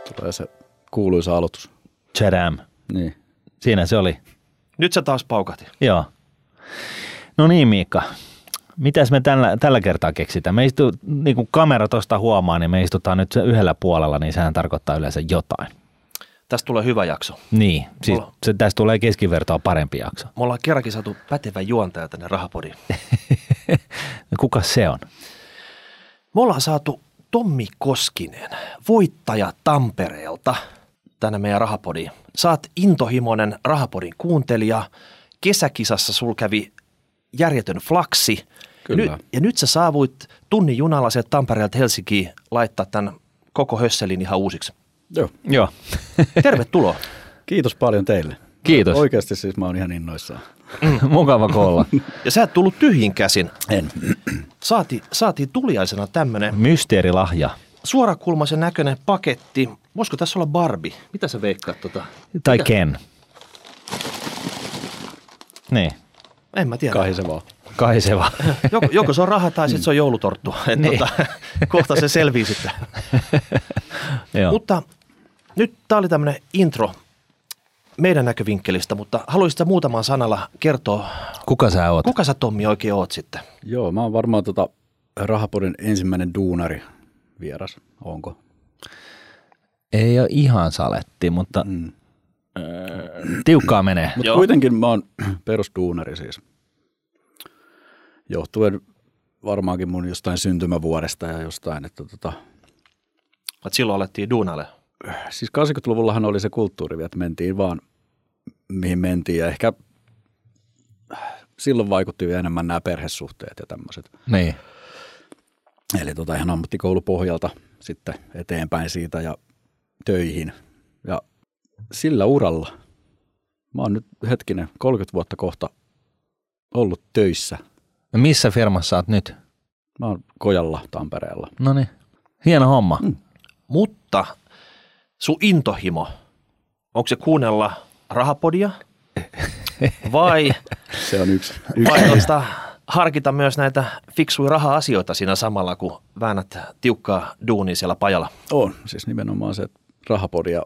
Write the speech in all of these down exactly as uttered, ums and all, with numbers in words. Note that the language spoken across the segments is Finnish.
Tulee se kuuluisa aloitus. Tchadam. Niin. Siinä se oli. Nyt se taas paukahti. Joo. No niin, Miikka. Mitäs me tällä, tällä kertaa keksitään? Me istu, niin kuin kamera tuosta huomaa, niin me istutaan nyt yhdellä puolella, niin sehän tarkoittaa yleensä jotain. Tästä tulee hyvä jakso. Niin, siis Mulla... se, tästä tulee keskivertoa parempi jakso. Me ollaan kerrankin saatu pätevä juontaja tänne Rahapodiin. Kuka se on? Me ollaan saatu Tommi Koskinen, voittaja Tampereelta, tänne meidän Rahapodiin. Saat intohimoinen Rahapodin kuuntelija. Kesäkisassa sul kävi järjetön flaksi. Kyllä. Nyt, ja nyt sä saavuit tunnin junalla sieltä Tampereelta Helsinkiin laittaa tämän koko hösselin ihan uusiksi. Joo. Joo. Tervetuloa. Kiitos paljon teille. Kiitos. Oikeasti siis mä oon ihan innoissaan. Mukava koolla. Ja sä et tullut tyhjin käsin. En. Saati, saatiin tuliaisena tämmönen Mysteerilahja. suorakulmaisen näköinen paketti. Voisiko tässä olla Barbie? Mitä sä veikkaat tota? Tai Mikä? Ken. Niin. En mä tiedä. Kai se vaan. Kai se vaan. Joko, joko se on raha tai sitten se on joulutorttu. Et Niin. tota, kohta se selvii sitten. Joo. Mutta nyt tää oli tämmönen intro meidän näkövinkkelistä, mutta haluaisitko muutaman sanalla kertoa, Kuka sä oot? kuka sä Tommi oikein oot sitten? Joo, mä oon varmaan tota Rahapodin ensimmäinen duunari vieras. Onko? Ei ole ihan saletti, mutta Mm. tiukkaa menee. Mutta Joo. kuitenkin mä oon perusduunari siis. Johtuen varmaankin mun jostain syntymävuodesta ja jostain, että tota, Et silloin alettiin duunaille. siis kahdeksankymmentäluvullahan oli se kulttuuri, että mentiin vaan mihin mentiin ja ehkä silloin vaikutti vielä enemmän nämä perhesuhteet ja tämmöiset. Niin. Eli tota ihan ammattikoulupohjalta sitten eteenpäin siitä ja töihin. Ja sillä uralla mä oon nyt hetkinen kolmekymmentä vuotta kohta ollut töissä. No missä firmassa oot nyt? Mä oon Kojalla Tampereella. No niin. Hieno homma. Mm. Mutta sun intohimo, onko se kuunnella Rahapodia vai, Se on yksi. yksi. vai tota, harkita myös näitä fiksuja raha-asioita siinä samalla, kun väännät tiukkaa duunia siellä pajalla? On, siis nimenomaan se Rahapodia.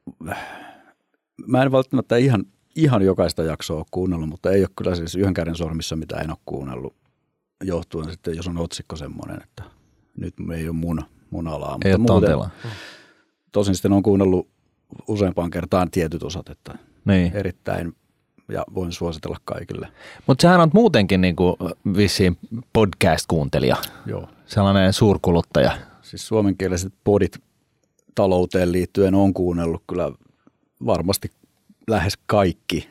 Mä en välttämättä ihan, ihan jokaista jaksoa ole kuunnellut, mutta ei ole kyllä siis yhden käden sormissa, mitä en ole kuunnellut. Johtuen sitten, jos on otsikko semmoinen, että nyt ei ole mun, mun alaa. Ei ole tontilla. Tosin sitten on kuunnellut useampaan kertaan tietyt osat, että Niin. erittäin, ja voin suositella kaikille. Mutta sähän on muutenkin niinku vissiin podcast-kuuntelija. Joo. Sellainen suurkuluttaja. Siis suomenkieliset podit talouteen liittyen on kuunnellut kyllä varmasti lähes kaikki.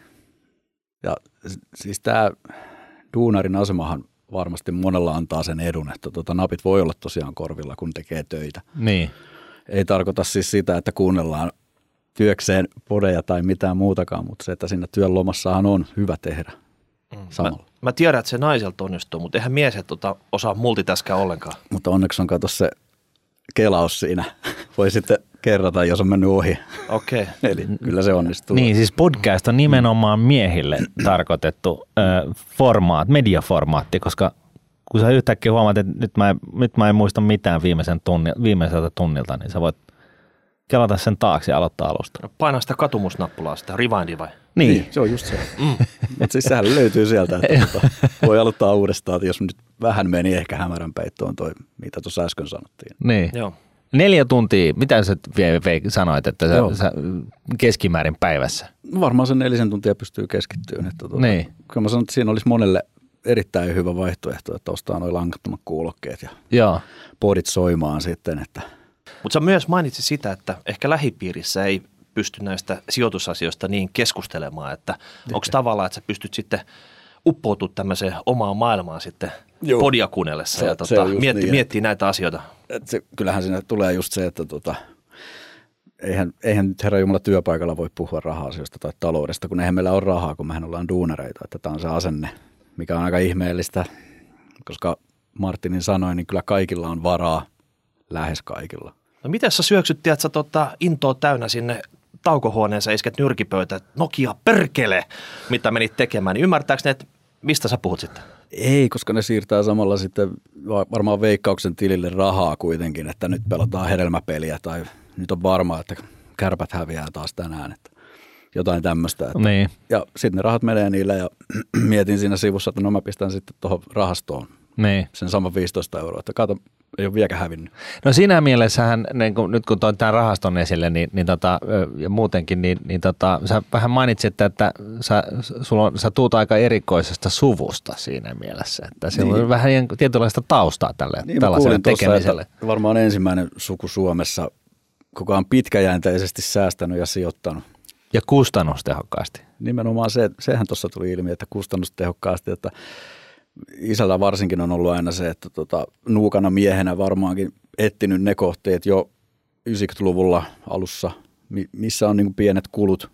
Ja siis tämä duunarin asemahan varmasti monella antaa sen edun, että tota napit voi olla tosiaan korvilla, kun tekee töitä. Niin. Ei tarkoita siis sitä, että kuunnellaan työkseen podeja tai mitään muutakaan, mutta se, että siinä työn lomassahan on hyvä tehdä samalla. Mä, mä tiedän, että se naiselta onnistuu, mutta eihän mies et tota, osaa multitaskää ollenkaan. Mutta onneksi on kato se kelaus siinä. Voi sitten kerrata, jos on mennyt ohi. Okei. Okay. Eli kyllä se onnistuu. Niin, siis podcast on nimenomaan miehille tarkoitettu ö, formaat, mediaformaatti, koska kun sä yhtäkkiä huomaat, että nyt mä, en, nyt mä en muista mitään viimeisen tunni, viimeiseltä tunnilta, niin sä voit kelata sen taakse ja aloittaa alusta. No, painaa sitä katumusnappulaa, sitä rewindia vai? Niin. Niin, se on just se. Mm. Mutta siis sehän löytyy sieltä, että tota, voi aloittaa uudestaan, että jos nyt vähän meni ehkä hämärän peittoon toi, mitä tuossa äsken sanottiin. Niin. Joo. Neljä tuntia, mitä sä vie, vie, sanoit, että sä, Joo. sä keskimäärin päivässä? Varmaan sen nelisen tuntia pystyy keskittymään. Että tuota, Niin. Kyllä mä sanon, että siinä olisi monelle erittäin hyvä vaihtoehto, että ostaa nuo langattomat kuulokkeet ja Joo. podit soimaan sitten, että Mutta sä myös mainitsit sitä, että ehkä lähipiirissä ei pysty näistä sijoitusasioista niin keskustelemaan, että onko tavallaan, että sä pystyt sitten uppoutumaan tämmöiseen omaan maailmaan sitten Joo. podia kuunnellessa Se- ja se tota, on just mietti, niin, miettii näitä asioita. et se, kyllähän siinä tulee just se, että tota, eihän, eihän nyt herra Jumala työpaikalla voi puhua raha-asioista tai taloudesta, kun eihän meillä ole rahaa, kun mehän ollaan duunareita, että tämä on se asenne, mikä on aika ihmeellistä, koska Martinin sanoi, niin kyllä kaikilla on varaa, lähes kaikilla. No miten sä syöksyt, että sä tota intoa täynnä sinne taukohuoneeseen, isket nyrkipöytä, että Nokia perkele, mitä menit tekemään, niin ymmärtääkö ne, että mistä sä puhut sitten? Ei, koska ne siirtää samalla sitten va- varmaan Veikkauksen tilille rahaa kuitenkin, että nyt pelataan hedelmäpeliä tai nyt on varmaa, että Kärpät häviää taas tänään, että jotain tämmöistä. Että, niin. Ja sitten ne rahat menee niille ja mietin siinä sivussa, että no mä pistän sitten tuohon rahastoon niin. sen saman viisitoista euroa, että kato, ei ole vieläkään hävinnyt. No siinä mielessähän, niin kun, nyt kun toin tämän rahaston esille niin, niin tota, ja muutenkin, niin, niin tota, sä vähän mainitsit, että sä, sulla on, sä tuut aika erikoisesta suvusta siinä mielessä, että siellä niin. on vähän tietynlaista taustaa tälle, niin, tällaiselle tekemiselle. Tuossa, varmaan ensimmäinen suku Suomessa, kuka on pitkäjänteisesti säästänyt ja sijoittanut. Ja kustannustehokkaasti. Nimenomaan se, sehän tuossa tuli ilmi, että kustannustehokkaasti, että isällä varsinkin on ollut aina se, että tota, nuukana miehenä varmaankin etsinyt ne kohteet jo yhdeksänkymmentäluvulla alussa, missä on niin kuin pienet kulut.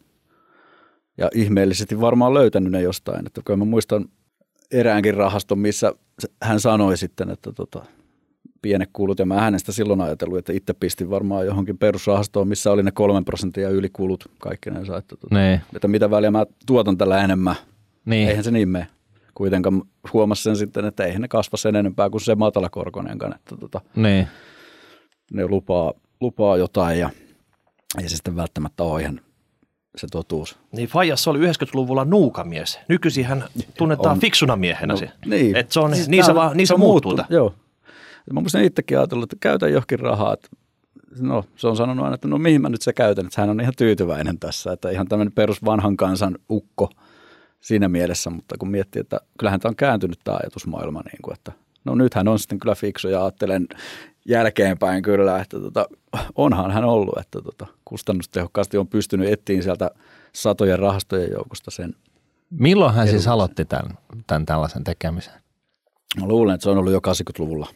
Ja ihmeellisesti varmaan löytänyt ne jostain. Että kun mä muistan eräänkin rahaston, missä hän sanoi sitten, että tota, pienet kulut. Ja mä hänestä silloin ajatellut, että itse pistin varmaan johonkin perusrahastoon, missä oli ne kolmen prosenttia ylikulut kaikkinensa. Että, tota, että mitä väliä mä tuotan tällä enemmän. Niin. Eihän se niin mene. Kuitenkaan huomasin sen sitten, että eihän ne kasva sen enempää kuin se matalakorkonenkaan, että tota, niin. ne lupaa, lupaa jotain ja ei se sitten välttämättä ole ihan se totuus. Niin Fajassa oli yhdeksänkymmentäluvulla nuukamies. Nykyisin hän tunnetaan on, fiksuna miehenä. No, niin. Et se on, siis niin, se vaan, niin se muuttuu. muuttuu. Joo. Mä muistan itsekin ajatellut, että käytä johonkin rahaa. Että, no, se on sanonut aina, että no mihin mä nyt se käytän. Että hän on ihan tyytyväinen tässä. Että ihan tämmöinen perus vanhan kansan ukko siinä mielessä, mutta kun miettii, että kyllähän tämä on kääntynyt tämä ajatusmaailma, niin kuin, että no nythän on sitten kyllä fiksu ja ajattelen jälkeenpäin kyllä, että tota, onhan hän ollut, että tota, kustannustehokkaasti on pystynyt etsiin sieltä satojen rahastojen joukosta sen. Milloin hän siis aloitti tämän, tämän tällaisen tekemisen? Mä luulen, että se on ollut jo kahdeksankymmentäluvulla.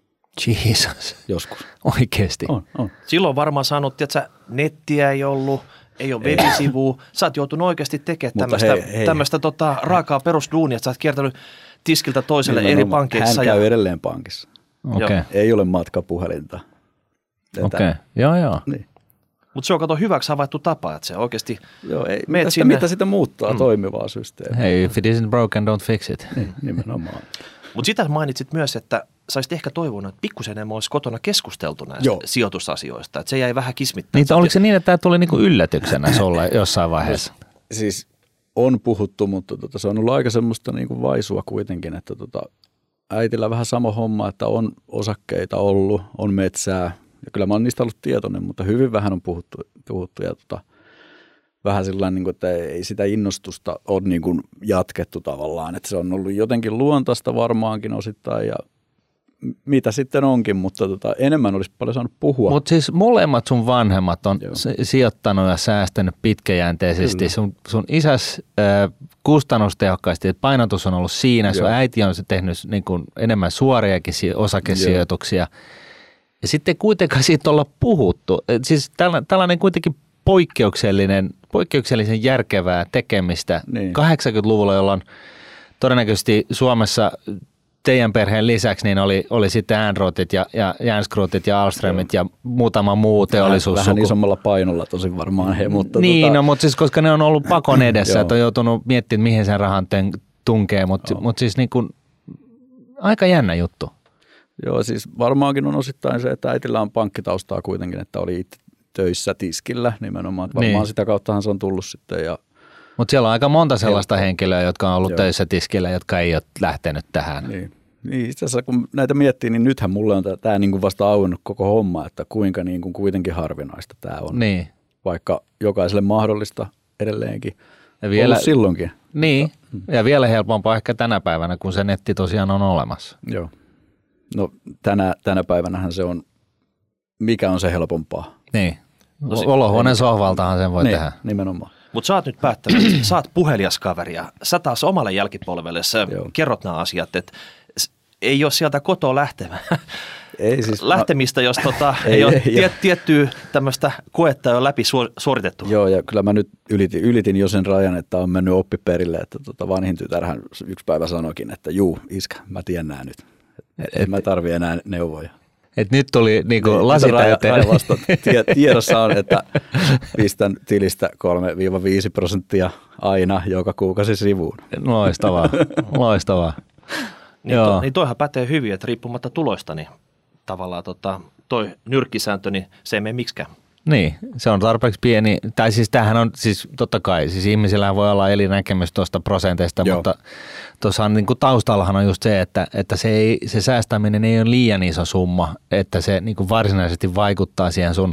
Jesus. Joskus. Oikeasti. On, on. Silloin varmaan sanottiin, että sä, nettiä ei ollut, ei ole webisivua. Sä oot joutunut oikeasti tekemään tämmöistä, hei, hei. tämmöistä tota, raakaa perusduunia, että sä oot kiertänyt tiskiltä toiselle niin, eri no, pankeissa. Hän käy ja... edelleen pankissa. Okay. Ei ole matkapuhelinta. Okei, okay. joo joo. Niin. Mutta se on kato hyväksi havaittu tapa, että se oikeasti joo, ei, mitä, sinne... mitä sitä muuttaa mm. toimivaa systeemiä. Hey, if it isn't broken, don't fix it. Niin, nimenomaan. Mutta sitä mainitsit myös, että sä olisit ehkä toivonut, että pikkusen enemmän olisi kotona keskusteltu näistä Joo. sijoitusasioista. Että se jäi vähän kismittämään. Niin, oliko se niin, että tämä tuli niinku yllätyksenä sulle jossain vaiheessa? Siis on puhuttu, mutta tota, se on ollut aika semmoista niinku vaisua kuitenkin, että tota, äitillä vähän sama homma, että on osakkeita ollut, on metsää. Ja kyllä mä oon niistä ollut tietoinen, mutta hyvin vähän on puhuttu. puhuttu ja tota, vähän sillä niin kuin, että ei sitä innostusta ole niin kuin jatkettu tavallaan. Että se on ollut jotenkin luontaista varmaankin osittain ja mitä sitten onkin, mutta tota, enemmän olisi paljon saanut puhua. Mutta siis molemmat sun vanhemmat on Joo. sijoittanut ja säästänyt pitkäjänteisesti. Sun, sun isäs äh, kustannustehokkaasti, että painotus on ollut siinä. Joo. Sun äiti on se tehnyt niin kuin enemmän suoriakin osakesijoituksia. Joo. Ja sitten kuitenkaan siitä olla puhuttu. Et siis tällainen kuitenkin poikkeuksellinen, poikkeuksellisen järkevää tekemistä niin. kahdeksankymmentäluvulla, jolloin todennäköisesti Suomessa teidän perheen lisäksi niin oli, oli sitten Ehrnrothit ja, ja Janskrootit ja Ahlströmit ja muutama muu teollisuus. Vähän isommalla painolla tosin varmaan he, mutta niin, tota... no, mutta siis koska ne on ollut pakon edessä, että on joutunut miettimään, mihin sen rahan tunkee, mutta mut siis niin kuin, aika jännä juttu. Joo, siis varmaankin on osittain se, että äitillä on pankkitaustaa kuitenkin, että oli itse töissä tiskillä nimenomaan. Varmaan niin. Sitä kauttahan se on tullut sitten. Ja... Mutta siellä on aika monta sellaista Helppo. henkilöä, jotka on ollut Joo. töissä tiskillä, jotka ei ole lähtenyt tähän. Niin. Niin, itse asiassa kun näitä miettii, niin nythän mulle on tämä niin vasta auennut koko homma, että kuinka niin kuin kuitenkin harvinaista tämä on. Niin. Vaikka jokaiselle mahdollista edelleenkin. Ja vielä, ollut silloinkin. Niin, mutta, ja vielä helpompaa ehkä tänä päivänä, kun se netti tosiaan on olemassa. Joo. No tänä, tänä päivänähän se on, mikä on se helpompaa. Niin, no, olohuoneen sohvaltahan sen voi niin, tehdä. Nimenomaan. Mutta sä oot nyt päättänyt, sä oot puhelias kaveri ja sä taas omalle jälkipolvelle sä kerrot nämä asiat, että ei ole sieltä kotoa lähtemään. Ei siis, lähtemistä, jos tota, ei, ei ole ei, tiet, tiettyä tämmöistä koetta jo läpi suoritettu. Joo, ja kyllä mä nyt ylitin, ylitin jo sen rajan, että on mennyt oppiperille, että tota vanhin tytärhän yksi päivä sanoikin, että juu, iskä, mä tiedän nää nyt. Et, mä tarvii enää neuvoja. Et nyt tuli niinku niin, lasi täyteen. Tiedossa on, että pistän tilistä kolme viisi prosenttia aina joka kuukausi sivuun. Loistavaa, loistavaa. Niin, to, niin toihan pätee hyvin, että riippumatta tuloista, niin tavallaan tota, toi nyrkkisääntö, niin se ei mene miksikään. Niin, se on tarpeeksi pieni, tai siis tämähän on, siis totta kai, siis ihmisillä voi olla eri näkemys tuosta prosenteista, Joo. mutta tuossa on niin kuin taustallahan on just se, että, että se, ei, se säästäminen ei ole liian iso summa, että se niin kuin varsinaisesti vaikuttaa siihen sun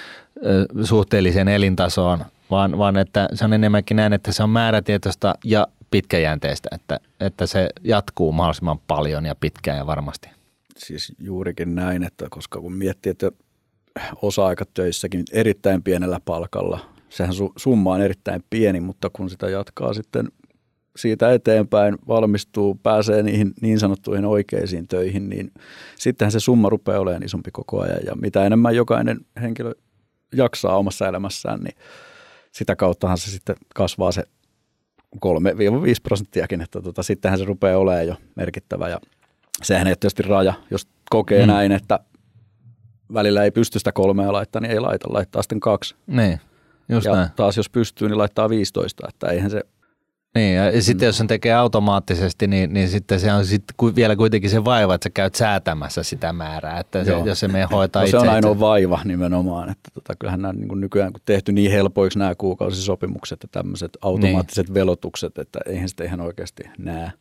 ö, suhteelliseen elintasoon, vaan, vaan että se on enemmänkin näin, että se on määrätietoista ja pitkäjänteistä, että, että se jatkuu mahdollisimman paljon ja pitkään ja varmasti. Siis juurikin näin, että koska kun miettii, että osa-aikatöissäkin erittäin pienellä palkalla, sehän summa on erittäin pieni, mutta kun sitä jatkaa sitten siitä eteenpäin, valmistuu, pääsee niihin niin sanottuihin oikeisiin töihin, niin sittenhän se summa rupeaa olemaan isompi koko ajan. Ja mitä enemmän jokainen henkilö jaksaa omassa elämässään, niin sitä kauttahan se sitten kasvaa se kolme viisi prosenttiakin, että tota, sittenhän se rupeaa olemaan jo merkittävä. Ja sehän ei tietysti raja, jos kokee mm. näin, että välillä ei pysty sitä kolmea laittaa, niin ei laita, laittaa sitten kaksi. Niin, just ja näin. Taas jos pystyy, niin laittaa viisitoista, että eihän se... Niin, ja mm. sitten jos sen tekee automaattisesti, niin, niin sitten se on sit vielä kuitenkin se vaiva, että sä käyt säätämässä sitä määrää, että se, jos se menee hoitaa no, itse. Se on ainoa vaiva nimenomaan, että tota, kyllähän nämä niin nykyään kun tehty niin helpoiksi nämä kuukausisopimukset ja tämmöiset automaattiset niin. velotukset, että eihän sitä ihan oikeasti näe.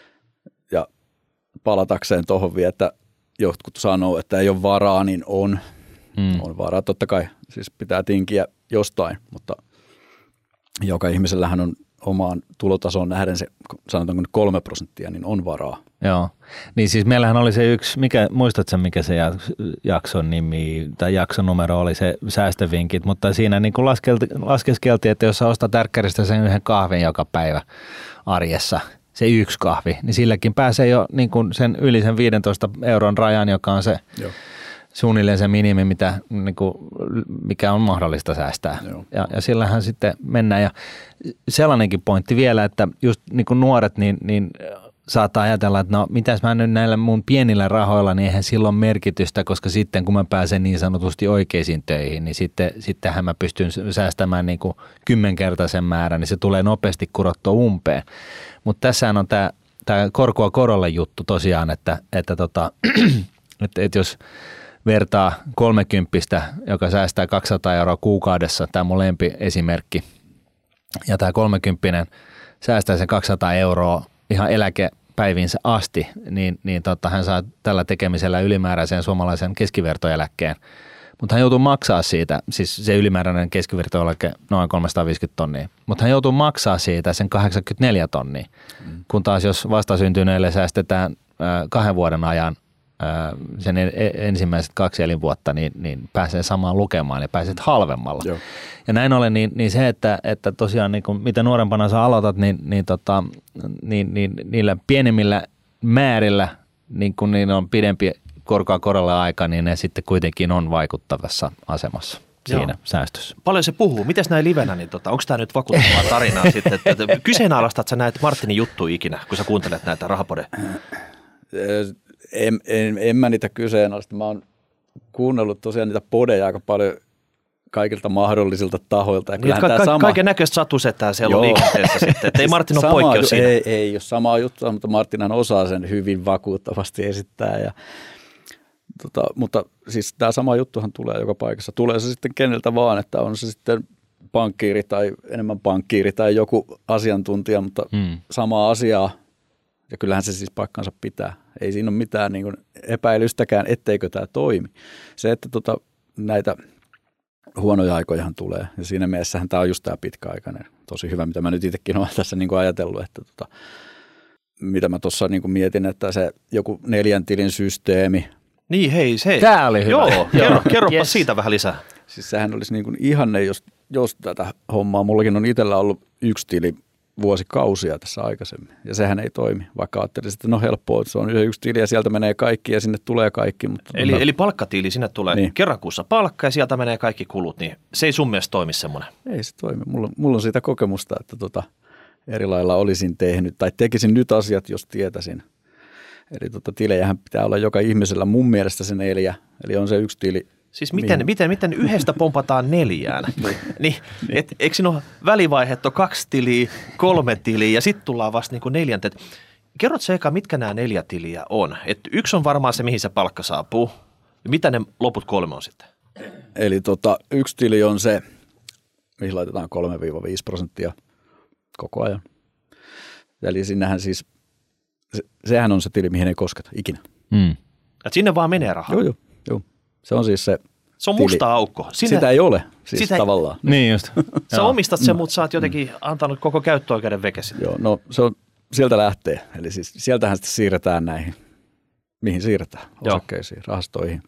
Ja palatakseen tuohon vielä, että jotkut sanoo, että ei ole varaa, niin on. Mm. On varaa. Totta kai siis pitää tinkiä jostain, mutta joka ihmisellähän on omaan tulotasoon nähden se, sanotaanko nyt kolme prosenttia, niin on varaa. Joo. Niin siis meillähän oli se yksi, mikä, muistatko mikä se jakson nimi tai jakson numero oli se säästövinkit, mutta siinä niin kuin laskeskeltiin, että jos sä ostat tärkkäristä sen yhden kahvin joka päivä arjessa, se yksi kahvi, niin silläkin pääsee jo niin kuin sen yli sen viidentoista euron rajan, joka on se Joo. suunnilleen se minimi, mitä, niin kuin, mikä on mahdollista säästää. Ja, ja sillähän sitten mennään. Ja sellainenkin pointti vielä, että just niin kuin nuoret, niin, niin saattaa ajatella, että no mitäs mä nyt näillä mun pienillä rahoilla, niin eihän silloin merkitystä, koska sitten kun mä pääsen niin sanotusti oikeisiin töihin, niin sitten, sittenhän mä pystyn säästämään niin kuin kymmenkertaisen määrän, niin se tulee nopeasti kurottua umpeen. Mutta tässähän on tämä, tämä korkoa korolle juttu tosiaan, että, että, tota, että, että jos vertaa kolmekymppistä, joka säästää kaksisataa euroa kuukaudessa, tämä on mun lempiesimerkki, ja tämä kolmekymppinen säästää sen kaksisataa euroa ihan eläkepäivinsä asti, niin, niin tota, hän saa tällä tekemisellä ylimääräisen suomalaisen keskivertoeläkkeen. Mutta hän joutuu maksaa siitä, siis se ylimääräinen keskivertoeläke noin kolmesataaviisikymmentä tonnia, mutta hän joutuu maksaa siitä sen kahdeksankymmentäneljä tonnia, mm. kun taas jos vastasyntyneille säästetään äh, kahden vuoden ajan äh, sen ensimmäiset kaksi elinvuotta, niin, niin pääsee samaan lukemaan ja pääset halvemmalla. Joo. Ja näin ollen, niin, niin se, että, että tosiaan niin kuin mitä nuorempana sä aloitat, niin, niin, tota, niin, niin niillä pienemmillä määrillä, niin kun niin on pidempi korkoa korolla aika, niin ne sitten kuitenkin on vaikuttavassa asemassa siinä Joo. säästössä. Paljon se puhuu. Mitäs näin livenä, niin tota, onko tämä nyt vakuuttavaa tarinaa sitten? Että, että kyseenalaistat sä näitä Martinin juttuja ikinä, kun sä kuuntelet näitä rahapodeja? En, en, en mä niitä kyseenalaista. Mä oon kuunnellut tosiaan niitä podeja aika paljon kaikilta mahdollisilta tahoilta. Ja niin, ka- ka- sama... Kaiken näköistä satusetään siellä on liikenteessä sitten, että ei Martin ole poikkeus siinä. Ei, ei ole samaa juttua, mutta Martinhan osaa sen hyvin vakuuttavasti esittää. Ja, tota, mutta siis tämä sama juttuhan tulee joka paikassa. Tulee se sitten keneltä vaan, että on se sitten pankkiiri tai enemmän pankkiiri tai joku asiantuntija, mutta hmm. samaa asiaa. Ja kyllähän se siis paikkansa pitää. Ei siinä ole mitään niin kuin epäilystäkään, etteikö tämä toimi. Se, että tota, näitä huonoja aikojahan tulee. Ja siinä mielessähän tämä on just tämä pitkäaikainen. Tosi hyvä, mitä mä nyt itsekin olen tässä niin kuin ajatellut, että tota, mitä mä tuossa niin kuin mietin, että se joku neljän tilin systeemi. Niin hei, se. Tämä oli hyvä. Joo, kerro, kerropa yes. siitä vähän lisää. Siis sehän olisi niin kuin ihanne, jos, jos tätä hommaa, mullakin on itsellä ollut yksi tili vuosikausia tässä aikaisemmin. Ja sehän ei toimi, vaikka ajattelisin, että no helppoa, että se on yksi tili ja sieltä menee kaikki ja sinne tulee kaikki. Mutta eli, no, eli palkkatiili, sinne tulee niin. kerran kuussa palkka ja sieltä menee kaikki kulut, niin se ei sun mielestä toimi semmoinen? Ei se toimi. Mulla, mulla on siitä kokemusta, että tota, eri lailla olisin tehnyt tai tekisin nyt asiat, jos tietäisin. Eli tota, tilejähän pitää olla joka ihmisellä mun mielestä se neljä, eli on se yksi tili. Siis miten, miten, miten yhdestä pompataan neljään? niin, et, eikö siinä ole välivaiheet on kaksi tiliä, kolme tiliä ja sitten tullaan vasta niin kuin neljänteen. Kerrot se eka, mitkä nämä neljä tiliä on? Et yksi on varmaan se, mihin se palkka saapuu. Mitä ne loput kolme on sitten? Eli tota, yksi tili on se, mihin laitetaan kolme viisi prosenttia koko ajan. Eli sinnehän siis, se, sehän on se tili, mihin ei kosketa ikinä. Mm. Et sinne vaan menee rahaa. Joo, joo, joo. Se on siis se Se on tili. musta aukko. Sinne, Sitä ei ole, siis sitä tavallaan. Niin just. sä omistat sen, mutta sä oot jotenkin antanut koko käyttöoikeuden vekesin. Joo, no se on, sieltä lähtee. Eli siis sieltähän sitten siirretään näihin, mihin siirretään, osakkeisiin, rahastoihin.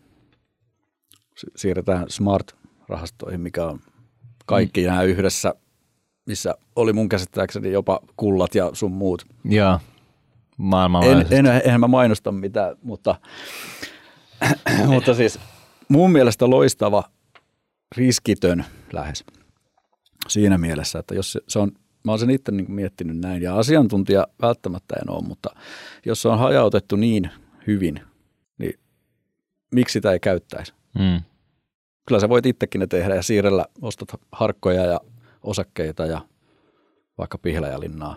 Siirretään smart-rahastoihin, mikä on kaikki mm. nämä yhdessä, missä oli mun käsittääkseni jopa kullat ja sun muut. Joo, En, maailmanlaajuisesti. en, enhän mä mainosta mitään, mutta, mutta siis mun mielestä loistava, riskitön lähes siinä mielessä, että jos se, se on, mä oon sen itse niin kuin miettinyt näin ja asiantuntija välttämättä en ole, mutta jos se on hajautettu niin hyvin, niin miksi sitä ei käyttäisi? Mm. Kyllä sä voit itsekin ne tehdä ja siirrellä, ostat harkkoja ja osakkeita ja vaikka pihlajalinnaa.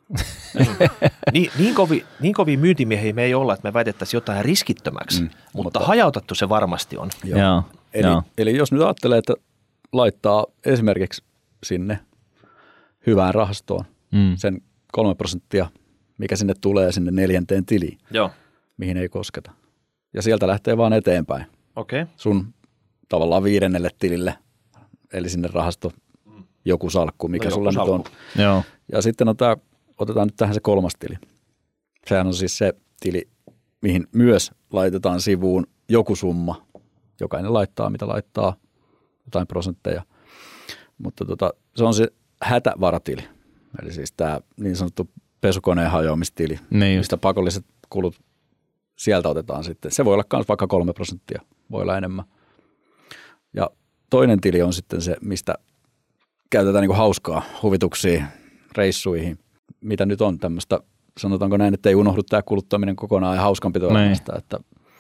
niin, niin, kovi, niin kovia myyntimiehiä me ei olla, että me väitettäisiin jotain riskittömäksi, mm, mutta, mutta hajautettu se varmasti on. Joo. Joo. Eli, Joo. eli jos nyt ajattelee, että laittaa esimerkiksi sinne hyvään rahastoon Mm. sen kolme prosenttia, mikä sinne tulee sinne neljänteen tiliin, Joo. mihin ei kosketa. Ja sieltä lähtee vaan eteenpäin Okei. Okay. sun tavallaan viidennelle tilille, eli sinne rahasto joku salkku, mikä No, sulla joku nyt on. salkku. Joo. Ja sitten on tää, otetaan nyt tähän se kolmas tili. Sehän on siis se tili, mihin myös laitetaan sivuun joku summa. Jokainen laittaa, mitä laittaa, jotain prosentteja. Mutta tota, se on se hätävaratili. Eli siis tämä niin sanottu pesukoneen hajoamistili, Niin just. mistä pakolliset kulut sieltä otetaan sitten. Se voi olla myös vaikka kolme prosenttia, voi olla enemmän. Ja toinen tili on sitten se, mistä käytetään niin kuin hauskaa huvituksiin, reissuihin. Mitä nyt on tämmöistä, sanotaanko näin, että ei unohdu tämä kuluttaminen kokonaan ja hauskanpitoelämästä, että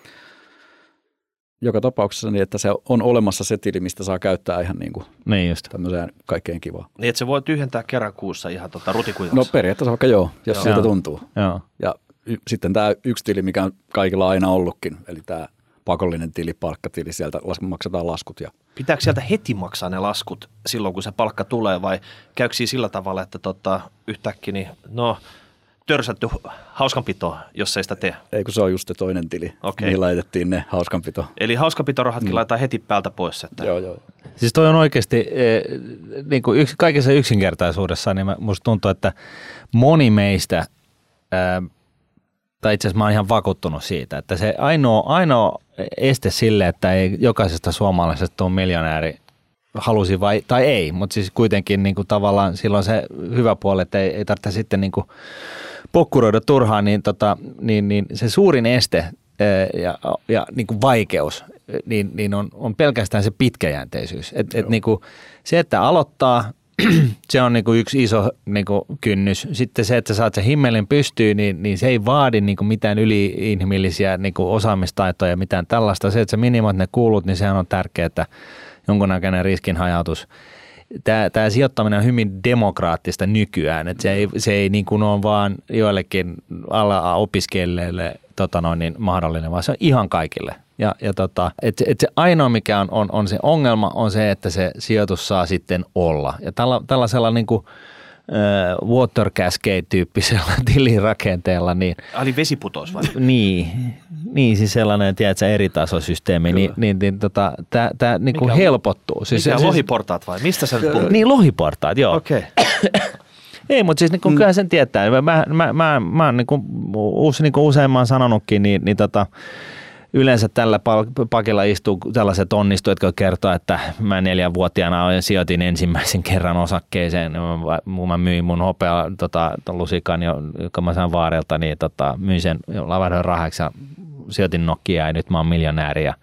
joka tapauksessa niin, että se on olemassa se tili, mistä saa käyttää ihan niin kuin Niin just. tämmöiseen kaikkein kivaa. Niin, että se voi tyhjentää kerran kuussa ihan tota rutikuivassa. No periaatteessa vaikka joo, jos Joo. siltä Joo. tuntuu. Joo. Ja y- sitten tämä yksi tili, mikä on kaikilla aina ollutkin, eli tämä pakollinen tili, palkkatili, sieltä las- maksetaan laskut. Ja Pitääkö sieltä heti maksaa ne laskut silloin, kun se palkka tulee, vai käykö siinä sillä tavalla, että tota, yhtäkkiä niin, no, törsätty hauskanpito, jos ei sitä tee? ei kun se on just se toinen tili, Okei. mihin laitettiin ne hauskanpito. Eli hauskanpitorahatkin mm. laitetaan heti päältä pois. Että Joo, joo. Siis toi on oikeasti, eh, niin kuin yks, kaikessa yksinkertaisuudessaan, niin mä- musta tuntuu, että moni meistä, eh, tai itse asiassa mä oon ihan vakuuttunut siitä, että se ainoa, ainoa este sille, että ei jokaisesta suomalaisesta tule miljonääri, halusi vai, tai ei, mutta siis kuitenkin niin kuin tavallaan silloin se hyvä puoli, että ei, ei tarvitse sitten niin kuin pokkuroida turhaan, niin, tota, niin, niin se suurin este eh, ja, ja niin kuin vaikeus niin, niin on, on pelkästään se pitkäjänteisyys. Et, et niin kuin se, että aloittaa, se on niin kuin yksi iso niin kuin kynnys. Sitten se, että sä saat sen himmelin pystyyn, niin, niin se ei vaadi niin kuin mitään yli-inhimillisiä niin kuin osaamistaitoja ja mitään tällaista. Se, että sä minimoit ne kulut, niin sehän on tärkeää, että jonkunnäköinen riskinhajautus. Tämä, tämä sijoittaminen on hyvin demokraattista nykyään, että se ei, se ei niin kuin ole vaan joillekin ala opiskelijoille tota noin, niin mahdollinen, vaan se on ihan kaikille. Ja, ja tota, et, et se ainoa, mikä on, on, on se ongelma, on se, että se sijoitus saa sitten olla. Ja tällä, tällaisella niin kuin, äh, water cascade-tyyppisellä tilirakenteella, niin Ali vesiputous vai? niin, niin siis sellainen, tiedätkö, eritasosysteemi, niin, niin, niin tota, tämä niinku Mikä- helpottuu. Siis, Mikä siis, lohiportaat vai? Mistä sä nyt puhut? Niin, lohiportaat, joo. Okei. Okay. Ei, mutta siis niinku, kyllä sen tietää. Mä, mä, mä, mä, mä niinku, us, niinku usein mä oon sanonutkin, niin, niin tota, yleensä tällä pal- pakilla istuu tällaiset onnistujat, jotka kertoo, että mä neljänvuotiaana sijoitin ensimmäisen kerran osakkeeseen. Mä, mä myin mun hopea tota, lusikan, joka mä sain Vaarilta, niin tota, myin sen lavahdoin rahaksi ja sijoitin Nokiaa ja nyt mä oon miljonääri ja,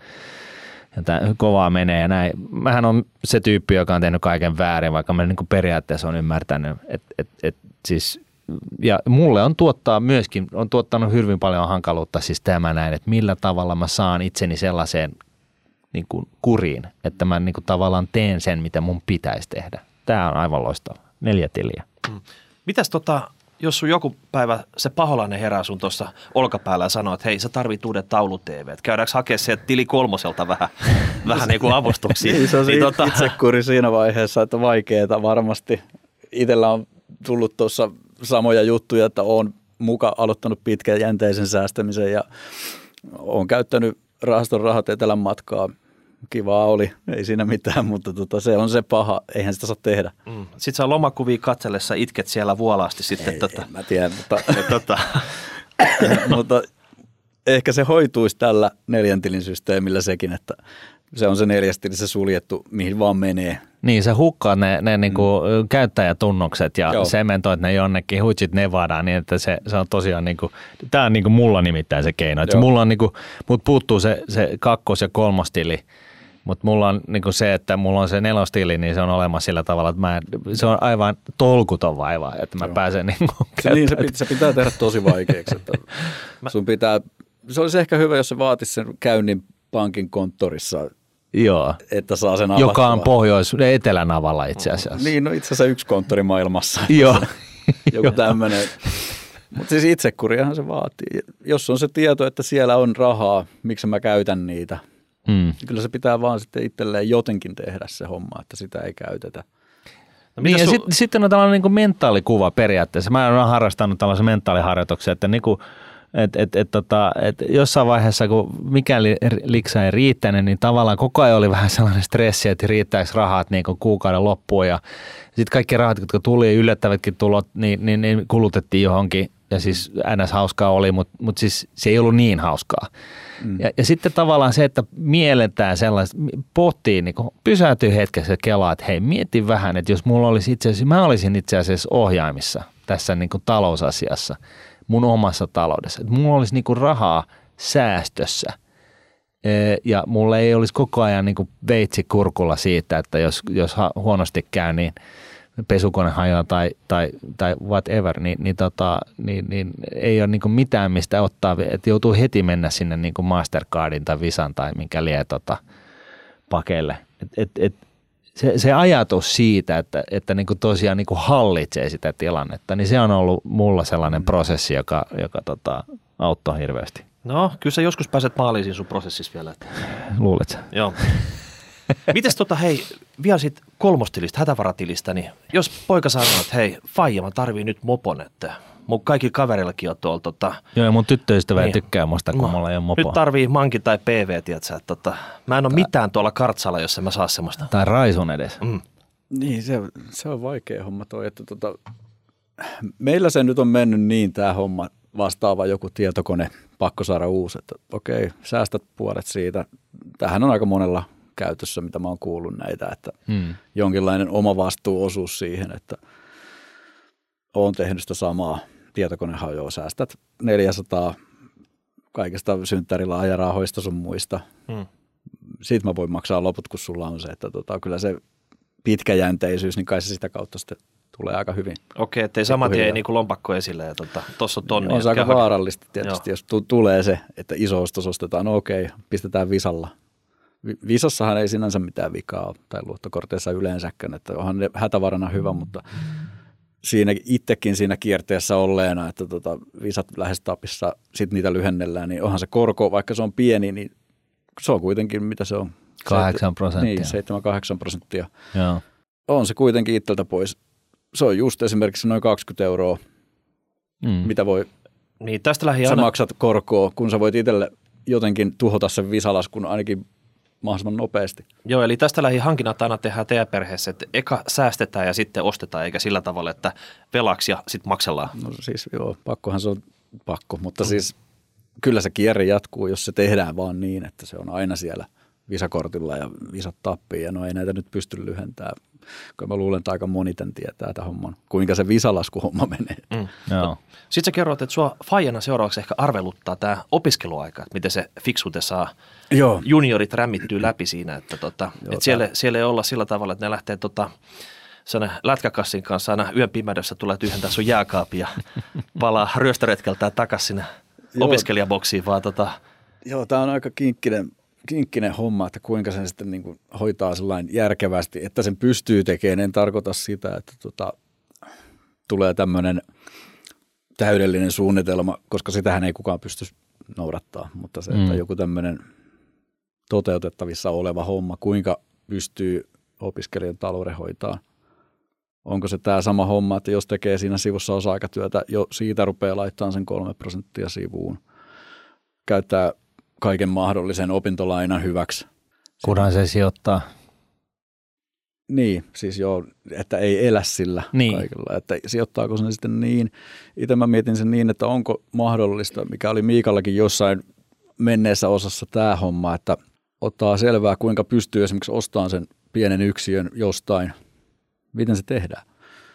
ja tää kovaa menee ja näin. Mähän on se tyyppi, joka on tehnyt kaiken väärin, vaikka mä niin kuin periaatteessa on ymmärtänyt, että et, et, siis ja mulle on tuottaa myöskin, on tuottanut hyvin paljon hankaluutta siis tämä näin, että millä tavalla mä saan itseni sellaiseen niin kuin kuriin, että mä niin kuin tavallaan teen sen, mitä mun pitäisi tehdä. Tämä on aivan loistava. Neljä tiliä. Mitäs tota, jos sun joku päivä se paholainen herää sun tuossa olkapäällä ja sanoo, että hei, sä tarvit uuden taulu-T V. Käydäänkö hakea sieltä tili kolmoselta vähän, vähän niin kuin avustuksia? Niin, se on niin, tota... itsekuri siinä vaiheessa, että vaikeaa varmasti. Itsellä on tullut tuossa samoja juttuja, että olen muka aloittanut pitkän jänteisen säästämisen ja olen käyttänyt rahaston rahat etelän matkaa. Kivaa oli, ei siinä mitään, mutta tota, se on se paha, eihän sitä saa tehdä. Mm. Sitten sä lomakuvia katsellessa itket siellä vuolaasti sitten. Ei, tota. en mä tiedän, mutta, tota. mutta ehkä se hoituisi tällä neljän tilin systeemillä sekin, että se on se neljäs tili, se suljettu, mihin vaan menee. Niin, sä hukkaat ne, ne niinku mm. käyttäjätunnukset ja Joo. sementoit ne jonnekin huitsit Nevadaan niin, että se, se on tosiaan niinku, tää on niinku mulla nimittäin se keino. Että mulla on niinku, mut puuttuu se, se kakkos- ja kolmostili. Mutta mulla on niinku se, että mulla on se nelostili, niin se on olemassa sillä tavalla, että mä, se on aivan tolkuton vaiva, että mä Joo. pääsen niinku se, niin, se, pitää, se pitää tehdä tosi vaikeaksi. Että sun pitää, se olisi ehkä hyvä, jos se vaatisi sen käynnin pankin konttorissa, Joo. että saa sen avattua. Joka on pohjois- etelän avalla itse asiassa. Niin, no itse asiassa yksi konttori maailmassa. Joo. Joku tämmöinen. Mutta siis itsekuriahan se vaatii. Jos on se tieto, että siellä on rahaa, miksi mä käytän niitä, Mm. Kyllä se pitää vaan sitten itselleen jotenkin tehdä se homma, että sitä ei käytetä. No, niin, ja su- sitten sit on tällainen niin kuin mentaalikuva periaatteessa. Mä olen harrastanut tällaisen mentaaliharjoituksen, että niin kuin, et, et, et, tota, et jossain vaiheessa, kun mikäli liksa ei riittänyt, niin tavallaan koko ajan oli vähän sellainen stressi, että riittääkö rahat niin kuin kuukauden loppuun. Ja sitten kaikki rahat, jotka tuli, yllättävätkin tulot, niin, niin, niin kulutettiin johonkin. Ja siis ns. Hauskaa oli, mutta, mutta siis se ei ollut niin hauskaa. Mm. Ja, ja sitten tavallaan se, että mielletään sellaista, pohtii, niin pysähtyy hetkessä ja kelaa, että hei, mieti vähän, että jos mulla olisi itse asiassa, mä olisin itse asiassa ohjaimissa tässä niin kuin talousasiassa, mun omassa taloudessa. Että mulla olisi niin kuin rahaa säästössä ja mulla ei olisi koko ajan niin kuin veitsi kurkulla siitä, että jos, jos huonosti käy, niin pesukone hajoaa tai, tai, tai whatever, niin, niin, tota, niin, niin ei ole niin mitään mistä ottaa, että joutuu heti mennä sinne niin Mastercardin tai Visan tai minkä lie tota, pakeille. Et, et, et, se, se ajatus siitä, että, että niin tosiaan niin hallitsee sitä tilannetta, niin se on ollut mulla sellainen prosessi, joka, joka tota, auttoi hirveästi. No, kyllä sä joskus pääset maaliin siinä sun prosessissa vielä. Luulet sä? Joo. Mites tota, hei, vielä sit kolmostilistä, hätävaratilistä, niin jos poika sanoo, että hei, faija, mä tarviin nyt mopon, että mun kaikki kaverillakin on tuolla tota... Joo, ja mun tyttöystävä niin. tykkää musta, kun no, mulla ei ole mopoa. Nyt tarvii manki tai P V, tiedätkö, että tota, mä en ole tai... mitään tuolla kartsalla, jos en mä saa semmoista. Tai raisun edes. Mm. Niin, se, se on vaikea homma toi, että tota, meillä se nyt on mennyt niin tää homma, vastaava joku tietokone, pakko saada uusi, että okei, säästät puolet siitä. Tämähän on aika monella käytössä, mitä mä oon kuullut näitä, että hmm. jonkinlainen oma vastuuosuus siihen, että oon tehnyt sitä samaa. Tietokone hajoaa, säästät neljäsataa kaikista synttärilahjarahoista sun muista. Hmm. Siitä mä voin maksaa loput, kun sulla on se, että tota, kyllä se pitkäjänteisyys, niin kai se sitä kautta sitten tulee aika hyvin. Okei, ettei saman tien ei niin kuin lompakko esille ja tuossa tota, on tonni. On se aika vaarallista tietysti, Joo. jos t- tulee se, että iso ostos ostetaan, no okei, pistetään Visalla. Visassahan ei sinänsä mitään vikaa ole, tai luottokorteissa yleensäkään, että onhan ne hätävarana hyvä, mutta siinä itsekin siinä kierteessä olleena, että tota, Visat lähes tapissa, sitten niitä lyhennellään, niin onhan se korko, vaikka se on pieni, niin se on kuitenkin, mitä se on? kahdeksan prosenttia. Niin, seitsemän kahdeksan prosenttia. Joo. On se kuitenkin itseltä pois. Se on just esimerkiksi noin kaksikymmentä euroa, mm. mitä voi, niin, tästä lähi sä aina... maksat korkoa, kun sä voit itselle jotenkin tuhota sen Visalaskun ainakin mahdollisimman nopeasti. Joo, eli tästä lähi hankinnat aina tehdään teidän perheessä, että eka säästetään ja sitten ostetaan, eikä sillä tavalla, että velaksi ja sitten maksellaan. No siis joo, pakkohan se on pakko, mutta mm. siis kyllä se kierre jatkuu, jos se tehdään vaan niin, että se on aina siellä Visakortilla ja Visat tappii, ja no ei näitä nyt pysty lyhentämään. Kyllä mä luulen, että aika moni tämän tietää tämän homman, kuinka se Visalasku-homma menee. Mm. Joo. Sitten sä kerroit, että sua faijana seuraavaksi ehkä arveluttaa tämä opiskeluaika, että miten se fiksuute saa Joo. juniorit rämmittyy läpi siinä, että, tota, Joo, että siellä, siellä ei olla sillä tavalla, että ne lähtee tota, lätkäkassin kanssa aina yön pimeydessä tulee tyhjentää sun jääkaapi ja palaa ryöstöretkeltään takaisin sinne opiskelijaboksiin, vaan tota... Joo, tämä on aika kinkkinen. kinkkinen homma, että kuinka sen sitten niin kuin hoitaa sellainen järkevästi, että sen pystyy tekemään. En tarkoita sitä, että tota, tulee tämmöinen täydellinen suunnitelma, koska sitähän ei kukaan pysty noudattaa, mutta se, että mm. joku tämmöinen toteutettavissa oleva homma, kuinka pystyy opiskelijan talouden hoitaa. Onko se tämä sama homma, että jos tekee siinä sivussa osa-aikatyötä, jo siitä rupeaa laittamaan sen kolme prosenttia sivuun. Käyttää kaiken mahdollisen opintolainan hyväksi. Kunhan se sijoittaa. Niin, siis joo, että ei elä sillä niin. kaikella. Että sijoittaako sen sitten niin. Itse mä mietin sen niin, että onko mahdollista, mikä oli Miikallakin jossain menneessä osassa tämä homma, että ottaa selvää, kuinka pystyy esimerkiksi ostamaan sen pienen yksiön jostain. Miten se tehdään?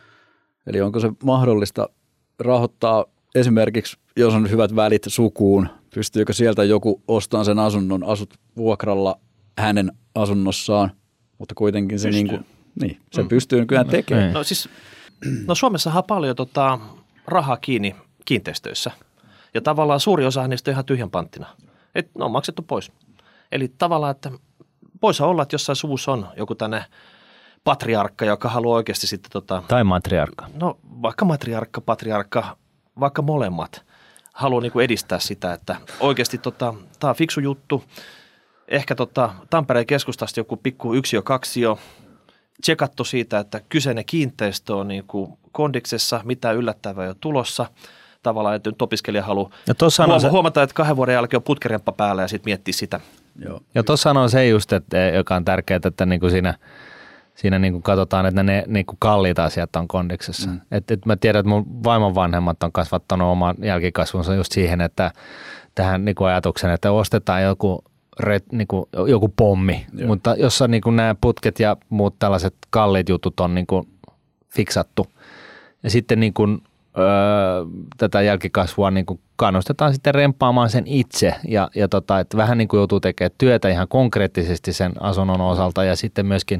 Eli onko se mahdollista rahoittaa esimerkiksi, jos on hyvät välit sukuun, pystyykö sieltä joku ostamaan sen asunnon, asut vuokralla hänen asunnossaan, mutta kuitenkin se, niin kuin, niin, se mm. pystyy nykyään tekemään. No siis, no Suomessahan on paljon tota, rahaa kiinni kiinteistöissä ja tavallaan suuri osa niistä on ihan tyhjän panttina. Et ne on maksettu pois. Eli tavallaan, että voisi olla, että jossain suvussa on joku tänne patriarkka, joka haluaa oikeasti sitten tota... Tai matriarkka. No vaikka matriarkka, patriarkka, vaikka molemmat haluaa niinku edistää sitä, että oikeasti tota, tämä on fiksu juttu. Ehkä tota, Tampereen keskustasta joku pikku yksiö, kaksio, tsekattu siitä, että kyseinen kiinteistö on niinku kondiksessa, mitä yllättävää jo tulossa. Tavallaan, että nyt opiskelija haluaa huomata, huomata, että kahden vuoden jälkeen on putkeremppa päällä ja sitten miettiä sitä. Joo. Ja tuossa on se just, että, joka on tärkeää, että niinku siinä, siinä niinku katsotaan, että ne niinku kalliit asiat on kondiksessa. Mm. Et, et mä tiedän, että mun vaimon vanhemmat on kasvattanut oman jälkikasvunsa just siihen, että tähän niinku ajatuksen, että ostetaan joku, ret, niinku, joku pommi, Joo. mutta jossa niinku nämä putket ja muut tällaiset kalliit jutut on niinku fiksattu. Ja sitten niinku, öö, tätä jälkikasvua niinku kannustetaan sitten remppaamaan sen itse ja, ja tota, että vähän niin kuin joutuu tekemään työtä ihan konkreettisesti sen asunnon osalta ja sitten myöskin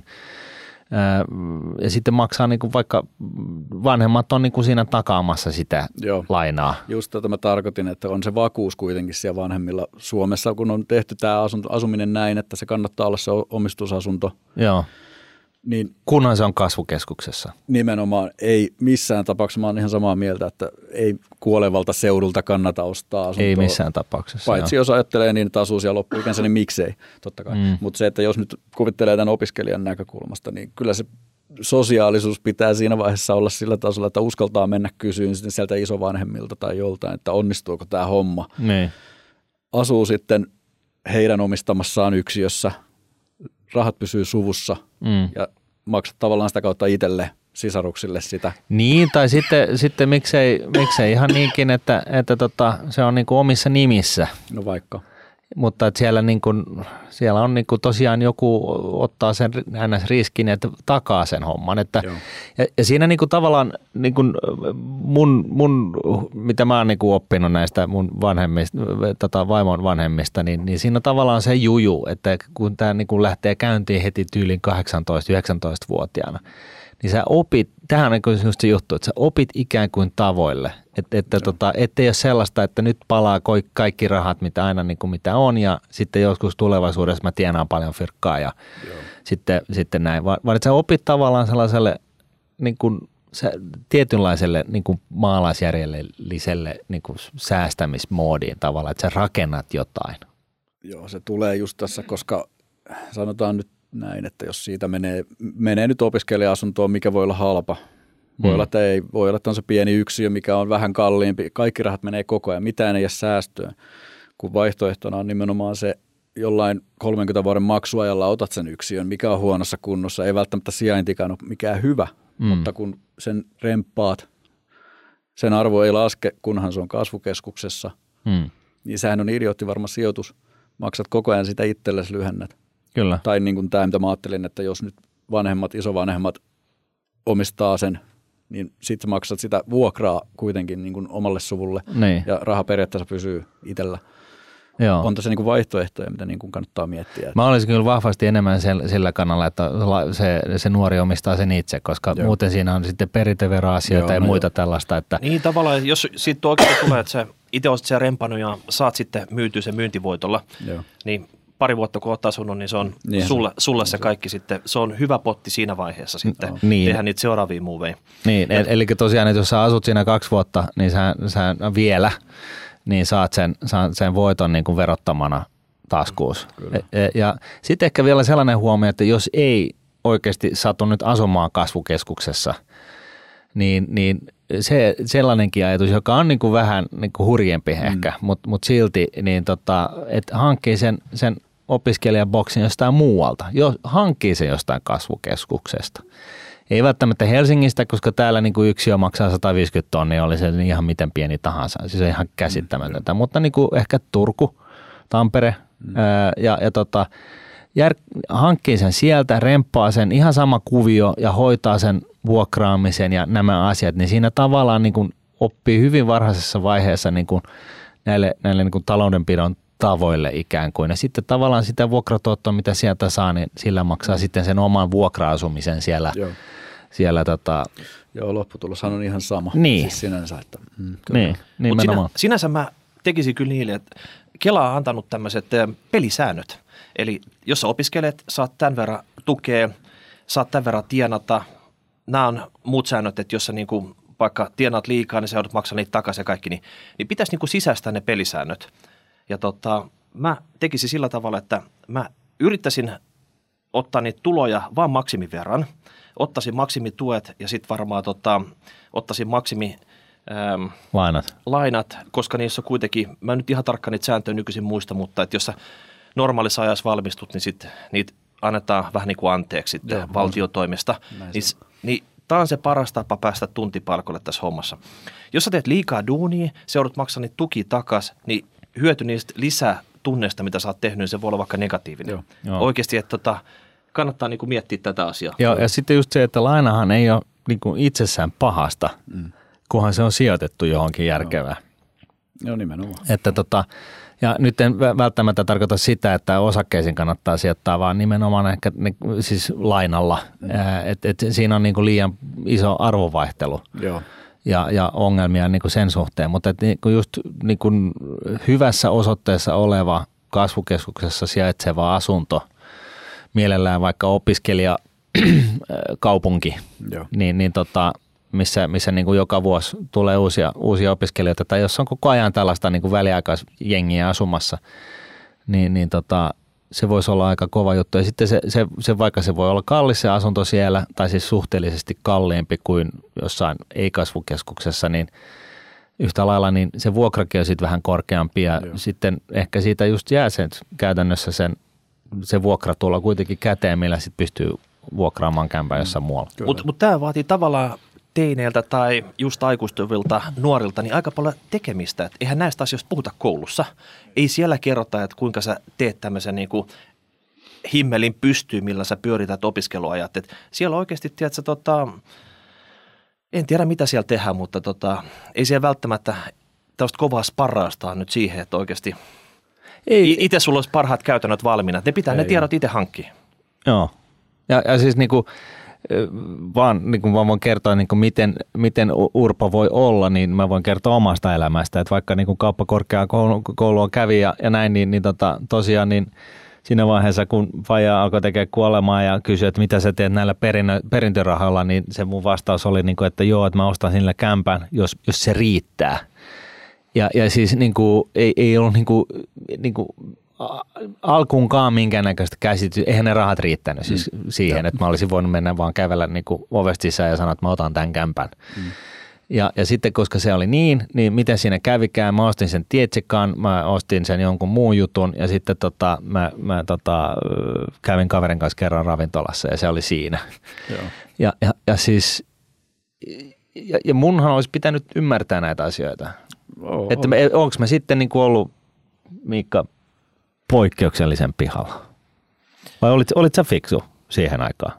ää, ja sitten maksaa niin kuin vaikka vanhemmat on niin kuin siinä takaamassa sitä Joo. lainaa. Just tätä mä tarkoitin, että on se vakuus kuitenkin siellä vanhemmilla Suomessa, kun on tehty tämä asunto, asuminen näin, että se kannattaa olla se omistusasunto. Joo. Niin, kunhan se on kasvukeskuksessa. Nimenomaan ei missään tapauksessa, mä oon ihan samaa mieltä, että ei kuolevalta seudulta kannata ostaa asuntoa. Ei missään tapauksessa. Paitsi joo. jos ajattelee niin, että asuu siellä loppuikänsä, niin miksei, totta kai. Mm. Mutta se, että jos nyt kuvittelee tämän opiskelijan näkökulmasta, niin kyllä se sosiaalisuus pitää siinä vaiheessa olla sillä tasolla, että uskaltaa mennä kysyyn sitten sieltä isovanhemmilta tai joltain, että onnistuuko tämä homma. Niin. Asuu sitten heidän omistamassaan yksiössä, rahat pysyy suvussa mm. ja maksat tavallaan sitä kautta itselle, sisaruksille sitä. Niin, tai sitten, sitten miksei, miksei ihan niinkin, että, että tota, se on niinku omissa nimissä. No vaikka. Mutta että siellä, niinku, siellä on niinku tosiaan joku ottaa sen riskin, että takaa sen homman. Että, ja, ja siinä niinku tavallaan niinku mun, mun, mitä mä oon niinku oppinut näistä mun vanhemmista, tota vaimon vanhemmista, niin, niin siinä on tavallaan se juju, että kun tämä niinku lähtee käyntiin heti tyylin kahdeksantoista-yhdeksäntoista-vuotiaana, niin sä opit, tämähän on just se juttu, että sä opit ikään kuin tavoille, että, että tota, ettei ole sellaista, että nyt palaa kaikki rahat, mitä aina niin kuin mitä on ja sitten joskus tulevaisuudessa mä tienaan paljon fyrkkaa ja sitten, sitten näin, vaan, vaan että sä opit tavallaan sellaiselle niin kuin, se, tietynlaiselle niin kuin maalaisjärjelliselle niin kuin säästämismoodiin tavallaan, että sä rakennat jotain. Joo, se tulee just tässä, koska sanotaan nyt näin, että jos siitä menee, menee nyt opiskelija-asuntoon, mikä voi olla halpa, voi mm. olla, että ei, voi olla, että on se pieni yksiö, mikä on vähän kalliimpi, kaikki rahat menee koko ajan, mitään ei jää säästöön, kun vaihtoehtona on nimenomaan se jollain kolmenkymmenen vuoden maksuajalla otat sen yksiön, mikä on huonossa kunnossa, ei välttämättä sijaintikaan ole mikään hyvä, mm. mutta kun sen remppaat, sen arvo ei laske, kunhan se on kasvukeskuksessa, mm. niin sehän on idiootti varma sijoitus, maksat koko ajan sitä itsellesi lyhennät. Kyllä. Tai niin kuin tämä, mitä mä ajattelin, että jos nyt vanhemmat, isovanhemmat omistaa sen, niin sitten maksat sitä vuokraa kuitenkin niin kuin omalle suvulle niin. ja raha periaatteessa pysyy itsellä. Joo. On tässä niin kuin vaihtoehtoja, mitä niin kuin kannattaa miettiä. Mä olisin kyllä vahvasti enemmän sillä kannalla, että se, se nuori omistaa sen itse, koska joo. muuten siinä on sitten perintöveroasioita ja no muita jo. tällaista. Että niin tavallaan, jos siitä oikeasti tulee, että sä itse olet siellä rempannut ja saat sitten myytyä sen myyntivoitolla, joo. niin pari vuotta kun olet asunut, niin se on niin, sulle, sulle se kaikki sitten, se on hyvä potti siinä vaiheessa sitten niin. Tehdä niitä seuraavia muoveja. Niin, ja, eli tosiaan, että jos sä asut siinä kaksi vuotta, niin sä, sä vielä niin saat sen, saat sen voiton niin kuin verottamana taskuus. Ja, ja sitten ehkä vielä sellainen huomio, että jos ei oikeasti satu nyt asumaan kasvukeskuksessa, niin, niin se sellainenkin ajatus, joka on niin kuin vähän niin kuin hurjempi mm. ehkä, mutta mut silti, niin tota, että hankkii sen, sen opiskelijaboksin jostain muualta, jo, hankkii sen jostain kasvukeskuksesta. Ei välttämättä Helsingistä, koska täällä niin kuin yksi jo maksaa sata viisikymmentä tonnia, oli se ihan miten pieni tahansa, siis on ihan käsittämätöntä, mm. mutta niin kuin ehkä Turku, Tampere mm. ää, ja, ja tota, jär, hankkii sen sieltä, remppaa sen ihan sama kuvio ja hoitaa sen vuokraamisen ja nämä asiat, niin siinä tavallaan niin kuin oppii hyvin varhaisessa vaiheessa niin kuin näille, näille niin kuin taloudenpidon tavoille ikään kuin. Ja sitten tavallaan sitä vuokratuottoa, mitä sieltä saa, niin sillä maksaa mm. sitten sen oman vuokra-asumisen siellä. Joo, siellä tota... Joo, lopputuloshan on ihan sama. Niin. Siis sinänsä, että... Mm, niin, nimenomaan. Sinä, sinänsä mä tekisin kyllä niille, että Kela on antanut tämmöiset pelisäännöt. Eli jos sä opiskelet, saat tämän verran tukea, saat tämän verran tienata. Nämä on muut säännöt, että jos sä niin kuin vaikka tienaat liikaa, niin sä joudut maksaa niitä takaisin ja kaikki, niin, niin pitäisi niin kuin sisäistää ne pelisäännöt. Ja tota, mä tekisin sillä tavalla, että mä yrittäisin ottaa niitä tuloja vaan maksimin verran, ottaisin maksimituet ja sitten varmaan tota, ottaisin maksimi ähm, lainat. lainat, koska niissä on kuitenkin, mä en nyt ihan tarkkaan niitä sääntöjä nykyisin muista, mutta että jos sä normaalissa ajassa valmistut, niin sitten niitä annetaan vähän niin kuin anteeksi sitten Joo, valtiotoimesta. Niin, niin tämä on se paras tapa päästä tuntipalkolle tässä hommassa. Jos sä teet liikaa duunia, sä joudut maksaa niitä tuki takas, niin hyöty niistä lisää tunneista, mitä sä oot tehnyt, niin se voi olla vaikka negatiivinen. Joo. Joo. Oikeasti, että tota, kannattaa niinku miettiä tätä asiaa. Joo, ja sitten just se, että lainahan ei ole niinku itsessään pahasta, mm. kunhan se on sijoitettu johonkin järkevään. Joo, nimenomaan. Että tota, ja nyt en välttämättä tarkoita sitä, että osakkeisiin kannattaa sijoittaa, vaan nimenomaan ehkä siis lainalla. Mm. Että et siinä on niinku liian iso arvovaihtelu. Joo. Ja, ja ongelmia niin kuin sen suhteen, mutta et niin kuin just niin kuin hyvässä osoitteessa oleva kasvukeskuksessa sijaitseva asunto, mielellään vaikka opiskelijakaupunki, niin, niin tota, missä, missä niin kuin joka vuosi tulee uusia, uusia opiskelijoita, tai jos on koko ajan tällaista niin kuin väliaikaisjengiä asumassa, niin, niin tota, se voisi olla aika kova juttu. Ja sitten se, se, se, vaikka se voi olla kallis se asunto siellä, tai siis suhteellisesti kalliimpi kuin jossain ei-kasvukeskuksessa, niin yhtä lailla niin se vuokrakin on sitten vähän korkeampi. Ja Joo. sitten ehkä siitä just jää sen käytännössä sen, se vuokratulo kuitenkin käteen, millä sitten pystyy vuokraamaan kämpää jossain muualla. Mutta mut tämä vaatii tavallaan teineiltä tai just aikuistuvilta nuorilta niin aika paljon tekemistä. Et eihän näistä asioista puhuta koulussa. Ei siellä kerrota, että kuinka sä teet tämmöisen niin kuin himmelin pystyyn, millä sä pyörität opiskeluajat. Et siellä oikeasti, tiedätkö, tota, en tiedä mitä siellä tehdään, mutta tota, ei siellä välttämättä tällaista kovaa sparrausta nyt siihen, että oikeasti itse sulla olisi parhaat käytännöt valmiina. Ne pitää ei. ne tiedot itse hankkia. Joo. Ja, ja siis niin kuin vaan, niin kuin vaan voin kertoa, niin kuin miten, miten Urpo voi olla, niin mä voin kertoa omasta elämästä. Että vaikka niin kuin kauppakorkeakoulua kävi ja, ja näin, niin, niin tota, tosiaan niin siinä vaiheessa, kun faija alkoi tekemään kuolemaa ja kysyi, että mitä sä teet näillä perintö, perintörahoilla, niin se mun vastaus oli, niin kuin, että joo, että mä ostan sille kämpän, jos, jos se riittää. Ja, ja siis niin kuin, ei, ei ollut niin kuin, niin kuin, alkuunkaan minkäännäköistä käsitystä, eihän ne rahat riittänyt siis mm. siihen, ja. että mä olisin voinut mennä vaan kävellä niin kuin ovesta sisään ja sanoa, että mä otan tämän kämpän. Mm. Ja, ja sitten koska se oli niin, niin miten siinä kävikään, mä ostin sen tietsikaan, mä ostin sen jonkun muun jutun ja sitten tota, mä, mä tota, kävin kaverin kanssa kerran ravintolassa ja se oli siinä. Joo. Ja, ja, ja siis, ja, ja munhan olisi pitänyt ymmärtää näitä asioita. Oh, että me, onko mä sitten niin kuin ollut, Miikka, poikkeuksellisen pihalla? Vai olit, olit sä fiksu siihen aikaan?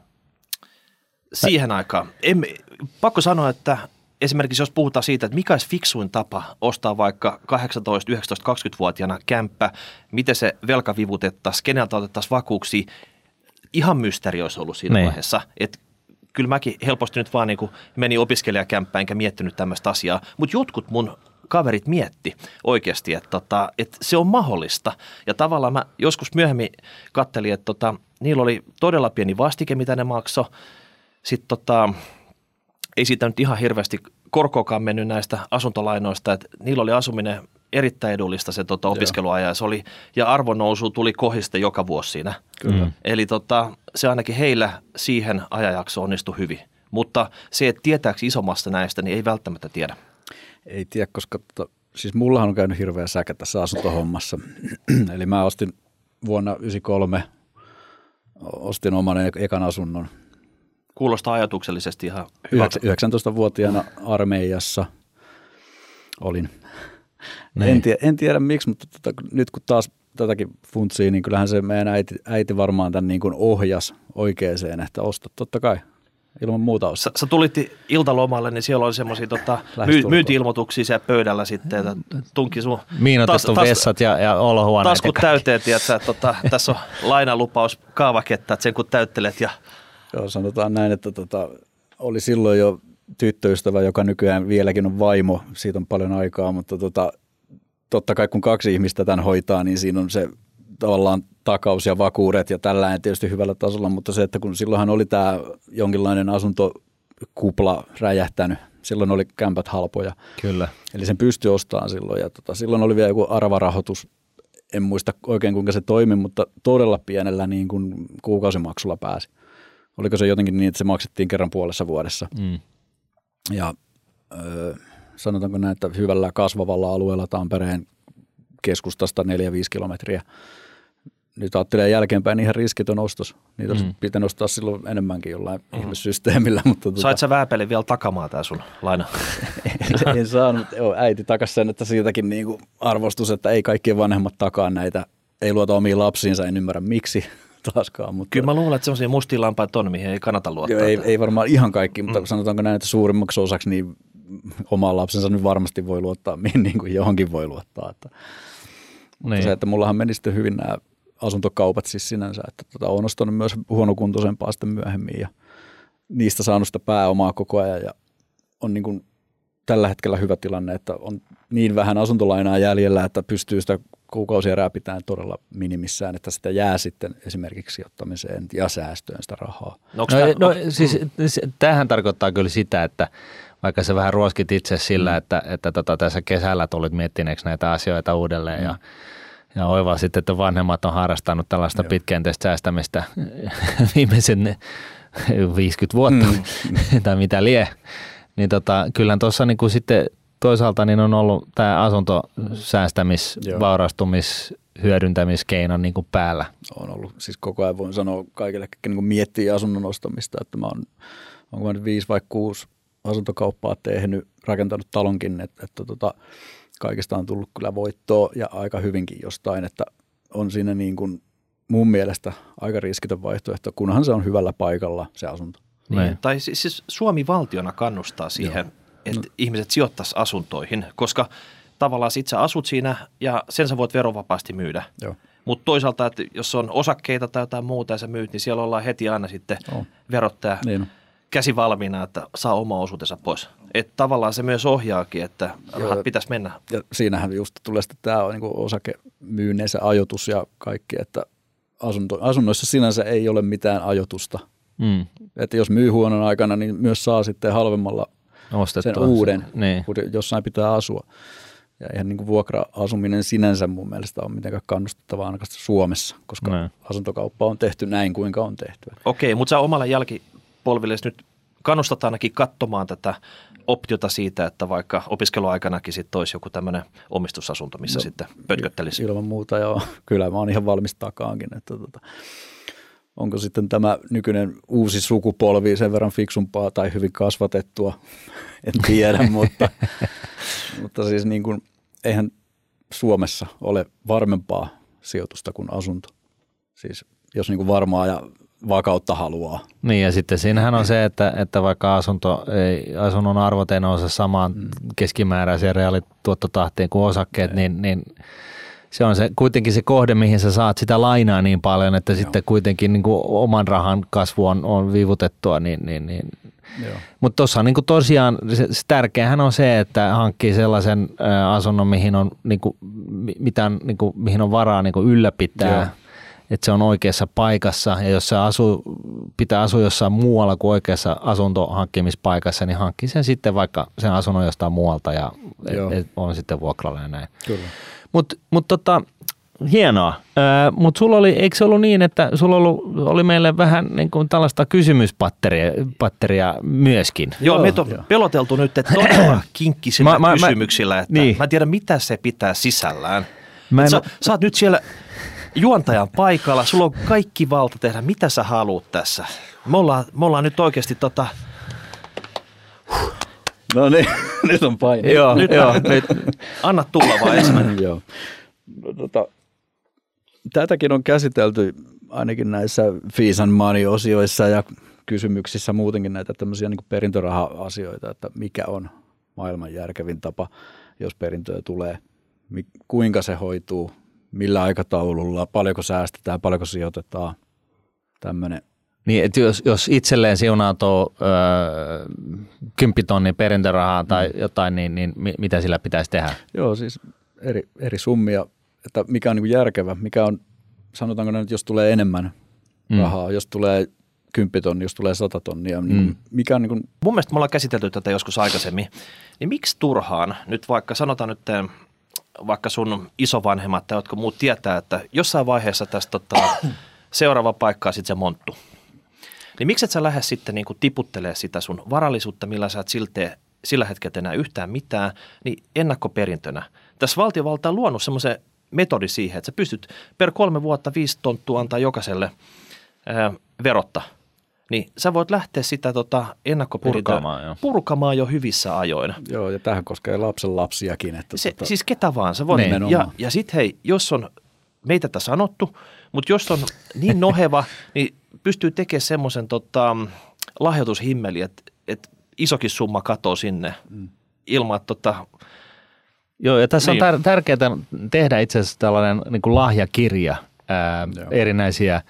Siihen aikaan. En, pakko sanoa, että esimerkiksi jos puhutaan siitä, että mikä olisi fiksuin tapa ostaa vaikka kahdeksantoista, yhdeksäntoista, kaksikymmentävuotiaana kämppä, miten se velka vivutettaisiin, keneltä otettaisiin vakuuksia, ihan mysteeri olisi ollut siinä niin. vaiheessa. Että kyllä mäkin helposti nyt vaan niin kuin menin opiskelijakämppään enkä miettinyt tämmöistä asiaa, mutta jotkut mun kaverit mietti oikeasti, että, tota, että se on mahdollista. Ja tavallaan mä joskus myöhemmin kattelin, että tota, niillä oli todella pieni vastike, mitä ne maksoi. Sitten tota, ei siitä nyt ihan hirveästi korkoakaan mennyt näistä asuntolainoista, että niillä oli asuminen erittäin edullista se tota, opiskeluajan. Se oli, ja arvonnousu tuli kohiste joka vuosi siinä. Kyllä. Eli tota, se ainakin heillä siihen ajanjaksoon onnistui hyvin. Mutta se, että tietääkö isommasta näistä, niin ei välttämättä tiedä. Ei tiedä, koska to, siis mullahan on käynyt hirveä säkä tässä asuntohommassa. Eli mä ostin vuonna yhdeksänkymmentäkolme, ostin oman ekan asunnon. Kuulostaa ajatuksellisesti ihan hyvältä. yhdeksäntoistavuotiaana armeijassa olin. En tiedä, en tiedä miksi, mutta tota, nyt kun taas tätäkin funtsii, niin kyllähän se meidän äiti, äiti varmaan tämän niin kuin ohjas oikeeseen, että osta totta kai. Ilman muuta ostaa. Sä, sä tulit iltalomalle, niin siellä oli semmoisia tota, myy, myynti-ilmoituksia siellä pöydällä sitten, että tunki sun miinotettu tas, vessat ja, ja olohuoneet. Taskut täyteen, että tota, tässä on lainalupaus kaavaketta, että sen kun täyttelet. Ja... Joo, sanotaan näin, että tota, oli silloin jo tyttöystävä, joka nykyään vieläkin on vaimo, siitä on paljon aikaa, mutta tota, totta kai kun kaksi ihmistä tämän hoitaa, niin siinä on se tavallaan takaus ja vakuudet ja tällainen tietysti hyvällä tasolla, mutta se, että kun silloinhan oli tämä jonkinlainen asuntokupla räjähtänyt, silloin oli kämpät halpoja. Kyllä. Eli sen pystyi ostamaan silloin ja tota, silloin oli vielä joku arvarahoitus, en muista oikein kuinka se toimi, mutta todella pienellä niin kuin kuukausimaksulla pääsi. Oliko se jotenkin niin, että se maksettiin kerran puolessa vuodessa. Mm. Ja ö, sanotaanko näin, että hyvällä kasvavalla alueella Tampereen keskustasta neljä viisi kilometriä. Nyt ajattelee jälkeenpäin ihan riskitön ostos. Niitä mm. olisi pitänyt ostaa silloin enemmänkin jollain mm. ihmissysteemillä. Mutta Sait tuota... sä Vääpeli vielä takamaan tää sun laina? en, en saanut. Joo, äiti takas sen, että siitäkin niin kuin arvostus, että ei kaikkien vanhemmat takaa näitä. Ei luota omiin lapsiinsa, en ymmärrä miksi taaskaan. Mutta... Kyllä mä luulen, että semmoisia mustia lampaita on, mihin ei kannata luottaa. Joo, ei, ei varmaan ihan kaikki, mutta mm. sanotaanko näin, että suurimmaksi osaksi niin omaan lapsensa nyt varmasti voi luottaa, mihin niin kuin johonkin voi luottaa. Että... Mutta niin. Se, että mullahan meni sitten hyvin nämä asuntokaupat siis sinänsä, että tota, olen ostanut myös huonokuntoisempaa sitten myöhemmin ja niistä saanut sitä pääomaa koko ajan ja on niin kuin tällä hetkellä hyvä tilanne, että on niin vähän asuntolainaa jäljellä, että pystyy sitä kuukausia rääpitämään todella minimissään, että sitä jää sitten esimerkiksi sijoittamiseen ja säästöön sitä rahaa. No, no, no siis tämähän tarkoittaa kyllä sitä, että vaikka sä vähän ruoskit itse sillä, mm. että, että tota, tässä kesällä tulit miettineeksi näitä asioita uudelleen mm. ja, ja oivaa sitten, että vanhemmat on harrastanut tällaista Joo. pitkäjänteistä säästämistä viimeisen viisikymmentä vuotta mm. tai mitä lie. Niin tota, kyllähän tuossa niin sitten toisaalta niin on ollut tämä asuntosäästämis, Joo. vaurastumis, hyödyntämiskeino niin kuin päällä. On ollut, siis koko ajan voin sanoa kaikille, ketkä niin miettii asunnon ostamista, että mä oon, onko mä nyt viisi vai kuusi asuntokauppaa tehnyt, rakentanut talonkin, että, että tota, kaikista on tullut kyllä voittoa ja aika hyvinkin jostain, että on siinä niin kuin mun mielestä aika riskitön vaihtoehto, kunhan se on hyvällä paikalla se asunto. Niin, tai siis Suomi valtiona kannustaa siihen, Joo. että no. ihmiset sijoittaisi asuntoihin, koska tavallaan sit sä asut siinä ja sen sä voit verovapaasti myydä. Mutta toisaalta, että jos on osakkeita tai jotain muuta ja sä myyt, niin siellä ollaan heti aina sitten oh. verottaja niin. käsi valmiina, että saa oma osuutensa pois. Että tavallaan se myös ohjaakin, että rahat pitäisi mennä. Ja siinähän just tulee sitten tämä niin osakemyynnin se ajoitus ja kaikki, että asunto, asunnoissa sinänsä ei ole mitään ajoitusta. Mm. Että jos myy huonon aikana, niin myös saa sitten halvemmalla Ostettua. sen uuden, niin. kun jossain pitää asua. Ja eihän niin kuin vuokra-asuminen sinänsä mun mielestä ole mitenkään kannustettavaa ainakaan Suomessa, koska ne. asuntokauppa on tehty näin, kuinka on tehty. Okei, mutta sä omalla jälkipolville nyt kannustat ainakin katsomaan tätä optiota siitä, että vaikka opiskeluaikanakin sitten olisi joku tämmöinen omistusasunto, missä no, sitten pötköttelisi. Ilman muuta, joo. Kyllä mä oon ihan valmis takaankin, että tota, onko sitten tämä nykyinen uusi sukupolvi sen verran fiksumpaa tai hyvin kasvatettua, en tiedä, mutta, mutta siis niin kuin, eihän Suomessa ole varmempaa sijoitusta kuin asunto. Siis jos niin kuin varmaa ja vakautta haluaa. Niin ja sitten siinähän on se, että, että vaikka asunto ei, asunnon arvot ei nouse samaan mm. keskimääräiseen reaalituottotahtiin kuin osakkeet, niin, niin se on se, kuitenkin se kohde, mihin sä saat sitä lainaa niin paljon, että Joo. sitten kuitenkin niin kuin oman rahan kasvu on, on viivutettua. Niin, niin, niin. Mutta tuossa on niin kuin tosiaan se, se tärkeähän on se, että hankkii sellaisen ä, asunnon, mihin on, niin kuin, mitään, niin kuin, mihin on varaa niin kuin ylläpitää. Joo. Että se on oikeassa paikassa ja jos se asuu, pitää asua jossain muualla kuin oikeassa asuntohankkimispaikassa, niin hankkii sen sitten vaikka sen asunnon jostain muualta ja et, et on sitten vuokralla ja näin. Mutta mut tota, hienoa. Mutta sulla oli, eikö se ollut niin, että sulla ollut, oli meille vähän niin kuin tällaista kysymyspatteria patteria myöskin? Joo, joo meitä on joo. peloteltu nyt että todella kinkkisillä mä, kysymyksillä, mä, että niin. mä en tiedä mitä se pitää sisällään. Mä en, sä, sä oot nyt siellä juontajan paikalla, sulla on kaikki valta tehdä, mitä sä haluat tässä. Me ollaan, me ollaan nyt oikeasti tota... No niin, nyt on paine. Joo, nyt, joo, nyt. Anna tulla vaan ensimmäinen. Joo. No, tota, tätäkin on käsitelty ainakin näissä Fees and Money-osioissa ja kysymyksissä muutenkin näitä tämmöisiä niin kuin perintöraha-asioita, että mikä on maailman järkevin tapa, jos perintöä tulee, kuinka se hoituu, millä aikataululla, paljonko säästetään, paljonko sijoitetaan, tämmöinen. Niin, että jos, jos itselleen siunaa tuo öö, kymppitonnin perintörahaa tai mm. jotain, niin, niin mitä sillä pitäisi tehdä? Joo, siis eri, eri summia, että mikä on niin kuin järkevä, mikä on, sanotaanko nyt, jos tulee enemmän mm. rahaa, jos tulee kymppitonni, jos tulee sata tonnia, niin mm. mikä on niin kuin... Mun mielestä me ollaan käsitelty tätä joskus aikaisemmin, niin miksi turhaan, nyt vaikka sanotaan nyt vaikka sun isovanhemmat tai jotka muut tietää, että jossain vaiheessa tästä tota, seuraava paikkaa sitten se monttu. Niin miksi et sä lähde sitten niin tiputtelee sitä sun varallisuutta, millä sä et silteen, sillä hetkellä enää yhtään mitään, niin ennakkoperintönä. Tässä valtiovalta on luonut semmoisen metodi siihen, että sä pystyt per kolme vuotta viisi tonttua antaa jokaiselle ää, verotta. Niin sä voit lähteä sitä tota, ennakkoperintöä purkamaan jo. purkamaan jo hyvissä ajoin. Joo, ja tähän koskee lapsen lapsiakin. Että Se, tota... Siis ketä vaan. Sä voit, niin. Ja, ja sitten hei, jos on meitä tätä sanottu, mutta jos on niin noheva, niin pystyy tekemään semmoisen tota, lahjoitushimmeli, että et isokin summa katoo sinne mm. ilman, että tota, joo, ja tässä niin. on tär- tärkeää tehdä itse asiassa tällainen niin kuin lahjakirja ää, erinäisiä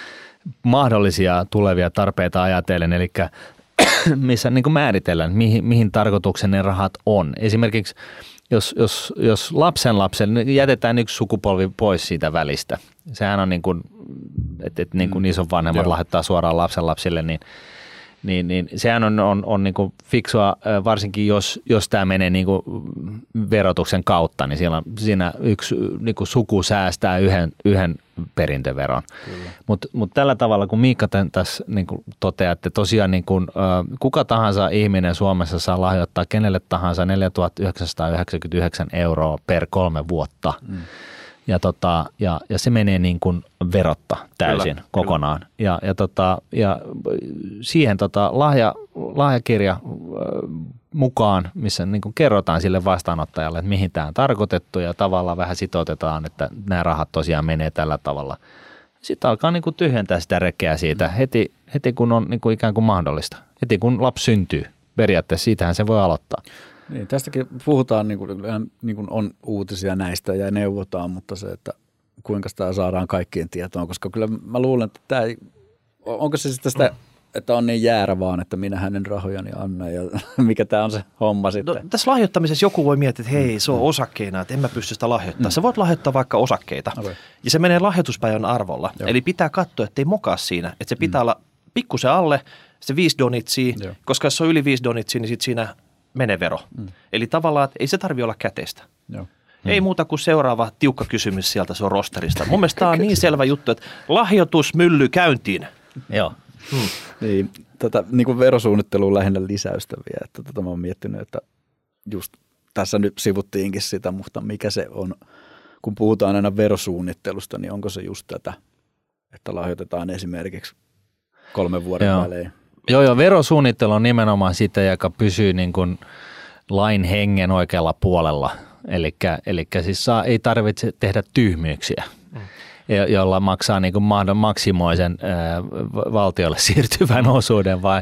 mahdollisia tulevia tarpeita ajatellen, eli missä niin kuin määritellään, mihin, mihin tarkoituksen ne rahat on. Esimerkiksi jos, jos, jos lapsen lapsen, jätetään yksi sukupolvi pois siitä välistä. Sehän on niin kuin, että et niin kuin isovanhemmat mm, lahjoittaa suoraan lapsen lapsille, niin Niin, niin sehän on, on, on niin kuin fiksua, varsinkin jos, jos tämä menee niin kuin verotuksen kautta, niin siellä, siinä yksi niin kuin suku säästää yhden, yhden perintöveron. Mutta mut tällä tavalla, kun Miikka tässä niin kuin toteaa, että tosiaan niin kuin, kuka tahansa ihminen Suomessa saa lahjoittaa kenelle tahansa neljätuhatta yhdeksänsataayhdeksänkymmentäyhdeksän euroa per kolme vuotta. Mm. Ja, tota, ja, ja se menee niin kuin verotta täysin kyllä, kokonaan. Kyllä. Ja, ja, tota, ja siihen tota lahja, lahjakirja mukaan, missä niin kuin kerrotaan sille vastaanottajalle, että mihin tämä on tarkoitettu ja tavallaan vähän sitoutetaan, että nämä rahat tosiaan menee tällä tavalla. Sitten alkaa niin kuin tyhjentää sitä rekeä siitä heti, heti kun on niin kuin ikään kuin mahdollista. Heti kun lapsi syntyy. Periaatteessa siitähän se voi aloittaa. Niin, tästäkin puhutaan, niin kuin, niin kuin on uutisia näistä ja neuvotaan, mutta se, että kuinka sitä saadaan kaikkien tietoon, koska kyllä mä luulen, että tämä ei, onko se sitten sitä, että on niin jäärä vaan, että minä hänen rahojani annan ja mikä tämä on se homma sitten. No, tässä lahjoittamisessa joku voi miettiä, että hei, se on osakkeina, että en mä pysty sitä lahjoittamaan. Mm. Sä voit lahjoittaa vaikka osakkeita okay. ja se menee lahjoituspäivän arvolla. Joo. Eli pitää katsoa, että ei mokaa siinä, että se pitää mm. olla pikkusen alle se viisi donitsia, Joo. koska jos se on yli viisi donitsia, niin sitten siinä menee vero. Mm. Eli tavallaan, että ei se tarvitse olla käteistä. Joo. Ei mm. muuta kuin seuraava tiukka kysymys sieltä, se on rosterista. Mun mielestä tämä on niin selvä juttu, että lahjoitusmylly käyntiin. Joo. Mm. Niin, tätä niin kuin verosuunnitteluun lähinnä lisäystä vielä, että tätä mä oon miettinyt, että just tässä nyt sivuttiinkin sitä, mutta mikä se on, kun puhutaan aina verosuunnittelusta, niin onko se just tätä, että lahjoitetaan esimerkiksi kolmen vuoden Joo. välein. Joo, joo, verosuunnittelu on nimenomaan sitä, joka pysyy niin kuin lain hengen oikealla puolella. Eli siis saa, ei tarvitse tehdä tyhmyyksiä, mm. jolla maksaa niin kuin maksimoisen ää, valtiolle siirtyvän osuuden, vaan,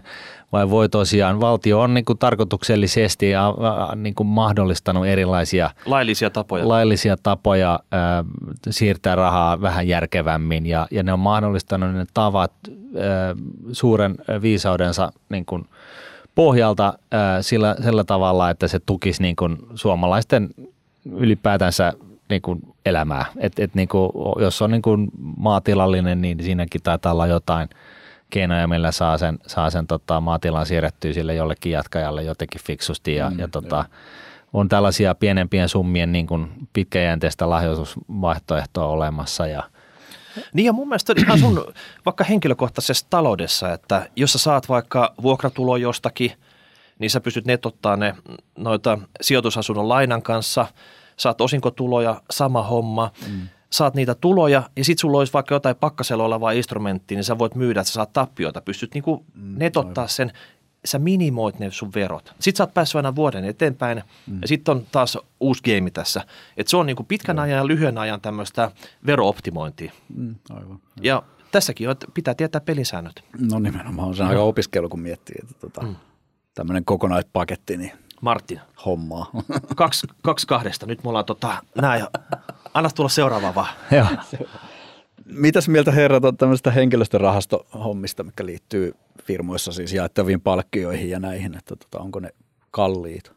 vai voi tosiaan, valtio on niin kuin tarkoituksellisesti ja, äh, niin kuin mahdollistanut erilaisia laillisia tapoja, laillisia tapoja äh, siirtää rahaa vähän järkevämmin ja, ja ne on mahdollistanut ne tavat äh, suuren viisaudensa niin kuin pohjalta äh, sillä, sillä tavalla, että se tukisi niin kuin suomalaisten ylipäätänsä niin kuin elämää. Et, et niin kuin, jos on niin kuin maatilallinen, niin siinäkin taitaa olla jotain keinoja, millä saa sen, saa sen tota, maatilan siirrettyä sille jollekin jatkajalle jotenkin fiksusti. Ja, mm, ja tota, on tällaisia pienempien summien niin kuin pitkäjänteistä lahjoitusvaihtoehtoa olemassa. Ja niin ja mun mielestä ihan sun vaikka henkilökohtaisessa taloudessa, että jos sä saat vaikka vuokratulo jostakin, niin sä pystyt netottaa ne noita sijoitusasunnon lainan kanssa, saat osinkotuloja, sama homma, mm. saat niitä tuloja ja sit sulla olisi vaikka jotain pakkasella olevaa instrumenttia, niin sä voit myydä, että sä saat tappioita, pystyt niinku mm, netottaa aivan. sen, sä minimoit ne sun verot. Sitten sä oot päässyt aina vuoden eteenpäin mm. ja sitten on taas uusi game tässä. Että se on niinku pitkän ajan ja lyhyen ajan tämmöistä vero-optimointia. Mm, aivan. Ja tässäkin on, että pitää tietää pelisäännöt. No nimenomaan on se aika opiskelu, kun miettii, että tota, mm. tämmöinen kokonaispaketti, niin Martin. Hommaa. Kaksi, kaksi kahdesta. Nyt me ollaan tota, nää ja anna tulla seuraavaa vaan. Joo. Mitäs mieltä herrat on tämmöistä henkilöstörahastohommista, mikä liittyy firmoissa siis jaettaviin palkkioihin ja näihin, että tota, onko ne kalliita?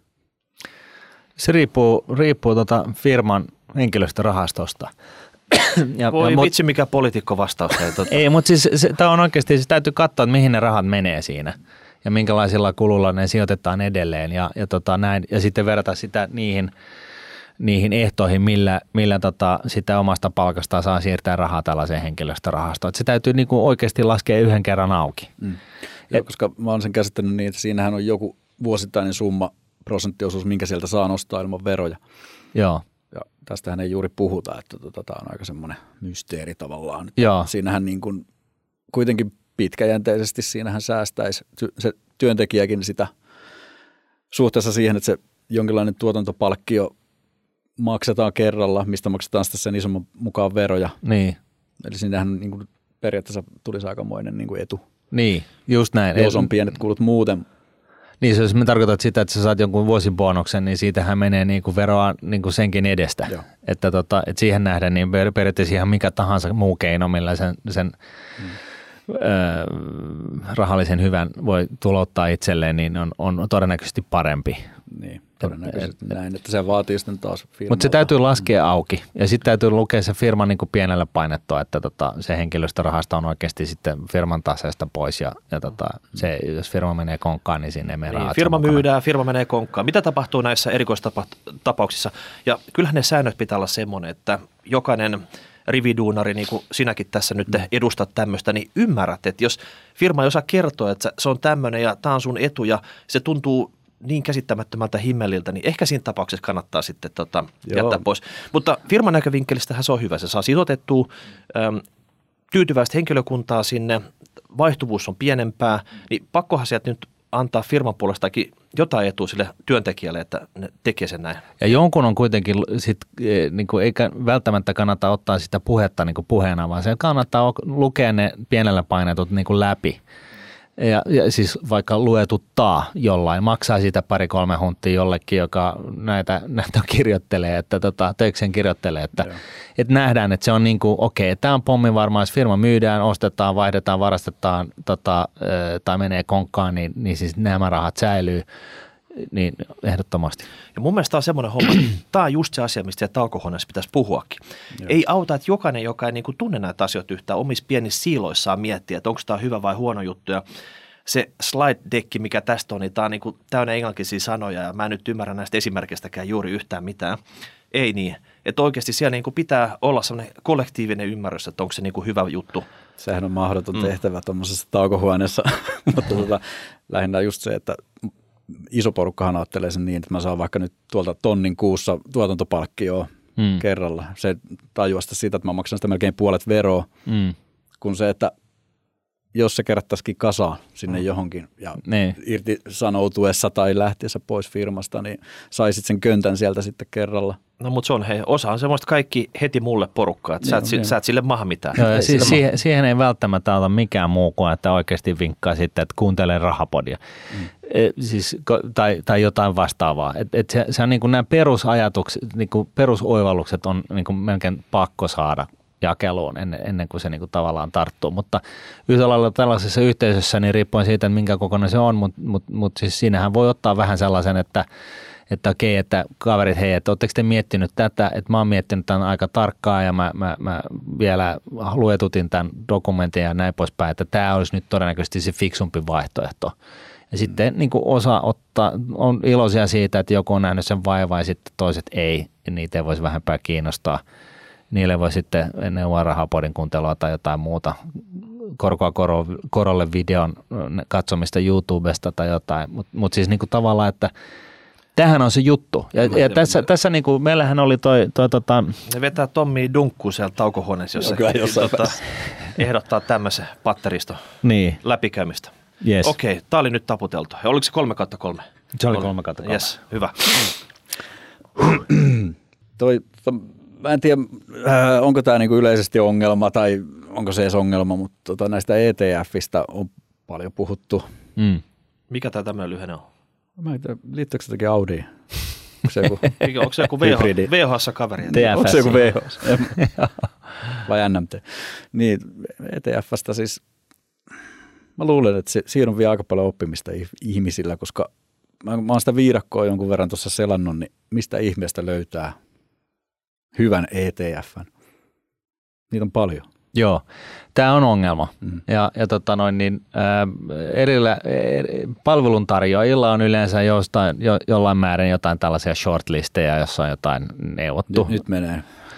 Se riippuu, riippuu tota firman henkilöstörahastosta. Ja, Voi ja, vitsi, mut, mikä poliitikko vastaus. Tota. Ei, mutta siis tämä on oikeasti, se täytyy katsoa, että mihin ne rahat menee siinä ja minkälaisilla kululla ne sijoitetaan edelleen ja, ja, tota, näin, ja sitten verrata sitä niihin, niihin ehtoihin, millä, millä tota, sitä omasta palkasta saa siirtää rahaa tällaiseen henkilöstörahastoon. Että se täytyy niinku oikeasti laskea yhden kerran auki. Mm. Joo, Et, koska mä oon sen käsittänyt niin, että siinähän on joku vuosittainen summa, prosenttiosuus, minkä sieltä saa nostaa ilman veroja. Joo. Ja tästähän ei juuri puhuta, että tota, tämä on aika semmoinen mysteeri tavallaan. Joo. Siinähän niin kuin, kuitenkin pitkäjänteisesti siinähän säästäisi se työntekijäkin sitä suhteessa siihen, että se jonkinlainen tuotantopalkkio maksetaan kerralla, mistä maksetaan sitten sen isomman mukaan veroja. Niin. Eli siinähän niin kuin periaatteessa tulisi aikamoinen niin kuin etu. Niin, just näin. Jos on pienet kulut muuten. Niin, jos me tarkoitat sitä, että sä saat jonkun vuosibonuksen, niin siitähän menee niin kuin veroa niin kuin senkin edestä. Joo. Että, tota, että siihen nähden niin periaatteessa ihan mikä tahansa muu keino, millä sen, sen hmm. ö, rahallisen hyvän voi tulouttaa itselleen, niin on, on todennäköisesti parempi. Niin, todennäköisesti et, näin, että se vaatii sitten taas firmalta. Mutta se täytyy laskea auki ja sitten täytyy lukea se firman niin kuin pienellä painettua, että tota, se henkilöstörahasta on oikeasti sitten firman taseesta pois ja, ja tota, se, jos firma menee konkkaan, niin sinne menee rahat. Niin, firma myydään, firma menee konkkaan. Mitä tapahtuu näissä erikoistapauksissa? Ja kyllähän ne säännöt pitää olla semmoinen, että jokainen rividuunari, niin kuin sinäkin tässä nyt edustat tämmöistä, niin ymmärrät, että jos firma ei osaa kertoa, että se on tämmöinen ja tämä on sun etu ja se tuntuu niin käsittämättömältä himmeliltä, niin ehkä siinä tapauksessa kannattaa sitten tota, jättää pois. Mutta firman näkövinkkelistähän se on hyvä. Se saa sijoitettua äm, tyytyväistä henkilökuntaa sinne, vaihtuvuus on pienempää, niin pakkohan sieltä nyt antaa firman puolestakin jotain etua sille työntekijälle, että ne tekee sen näin. Ja jonkun on kuitenkin, sit, niin kuin, eikä välttämättä kannata ottaa sitä puhetta niin kuin puheena, vaan se kannattaa lukea ne pienellä painetut niin kuin läpi. Ja, ja siis vaikka luetuttaa jollain, maksaa siitä pari-kolme hunttia jollekin, joka näitä, näitä kirjoittelee, että tota, töikseen kirjoittelee, että, että nähdään, että se on niin kuin, okei, okay, tämä on pommi varmaan, jos firma myydään, ostetaan, vaihdetaan, varastetaan tota, tai menee konkkaan, niin, niin siis nämä rahat säilyy, niin ehdottomasti. Ja mun mielestä tämä on semmoinen homma, tämä on just se asia, mistä taukohuoneessa pitäisi puhuakin. Joo. Ei auta, että jokainen, joka ei niin kuin tunne näitä asioita yhtään, omissa pienissä siiloissaan miettiä, että onko tämä hyvä vai huono juttu. Ja se slide-dekki, mikä tästä on, niin tämä on niin kuin täynnä englanninkielisiä sanoja, ja mä en nyt ymmärrä näistä esimerkkeistäkään juuri yhtään mitään. Ei niin. Että oikeasti siellä niin kuin pitää olla semmoinen kollektiivinen ymmärrys, että onko se niin kuin hyvä juttu. Sehän on mahdoton tehtävä mm. tuommoisessa taukohuoneessa, mutta tota, lähinnä just se, että iso porukkahan ajattelee sen niin, että mä saan vaikka nyt tuolta tonnin kuussa tuotantopalkkioa mm. kerralla. Se tajuaa sitä siitä, että mä maksan sitä melkein puolet veroa, mm. kun se, että jos se kerättäisikin kasaan sinne johonkin ja niin. irti sanoutuessa tai lähtiessä pois firmasta, niin saisit sen köntän sieltä sitten kerralla. No mutta se on hei, osa on semmoista kaikki heti mulle porukkaa, että sä, et, sä et sille maha mitään. Joo, siis siihen, siihen ei välttämättä ota mikään muu kuin, että oikeasti vinkkaa sitten, että kuuntele Rahapodia mm. e, siis, tai, tai jotain vastaavaa. Et, et se, se on niin kuin nämä perusajatukset, niin kuin perusoivallukset on niin kuin melkein pakko saada jakeluun ennen, ennen kuin se niin kuin tavallaan tarttuu, mutta yhtä lailla tällaisessa yhteisössä niin riippuen siitä, että minkä kokoinen se on, mutta mut, mut siis siinähän voi ottaa vähän sellaisen, että että okei, että kaverit, hei, että ootteko te miettinyt tätä, että mä oon miettinyt tämän aika tarkkaan ja mä, mä, mä vielä luetutin tämän dokumentin ja näin poispäin, että tämä olisi nyt todennäköisesti se fiksumpi vaihtoehto. Ja sitten niin kuin osa ottaa, on iloisia siitä, että joku on nähnyt sen vaivaa ja sitten toiset ei, ja niitä ei voisi vähempää kiinnostaa. Niille voi sitten neuvoa Rahapodin kuuntelua tai jotain muuta, korkoa koro, korolle videon katsomista YouTubesta tai jotain, mutta mut siis niin kuin tavallaan, että tämähän on se juttu. Ja, ja tässä, tässä niin kuin, meillähän oli toi, toi tota... Ne vetää Tommi dunkkuun siellä taukohuoneessa, jossa Joo, tota, ehdottaa tämmöisen patteriston niin. läpikäymistä. Yes. Okei, tää oli nyt taputeltu. Ja oliko se kolme kautta kolme? Se oli kolme kautta kolme. Yes, hyvä. toi, to, mä en tiedä, äh, onko tämä niinku yleisesti ongelma tai onko se edes ongelma, mutta tota, näistä E T F:istä on paljon puhuttu. Mm. Mikä tämä tämmöinen lyhenne on? Mä en tiedä, liittyykö se jotenkin Audiin? Onko se joku, onko se joku V H S-kaveri? Onko se joku V H S? Vai N M T? Niin, E T F:stä siis, mä luulen, että se, siinä on vielä aika paljon oppimista ihmisillä, koska mä, mä oon sitä viidakkoa jonkun verran tuossa selannut, niin mistä ihmeestä löytää hyvän E T F:n? Niitä on paljon. Joo, tämä on ongelma. Mm. Ja, ja tota noin, niin, ää, erillä, eri, palveluntarjoajilla on yleensä jostain, jo, jollain määrin jotain tällaisia shortlisteja, jossa on jotain neuvottu. Nyt, nyt menee.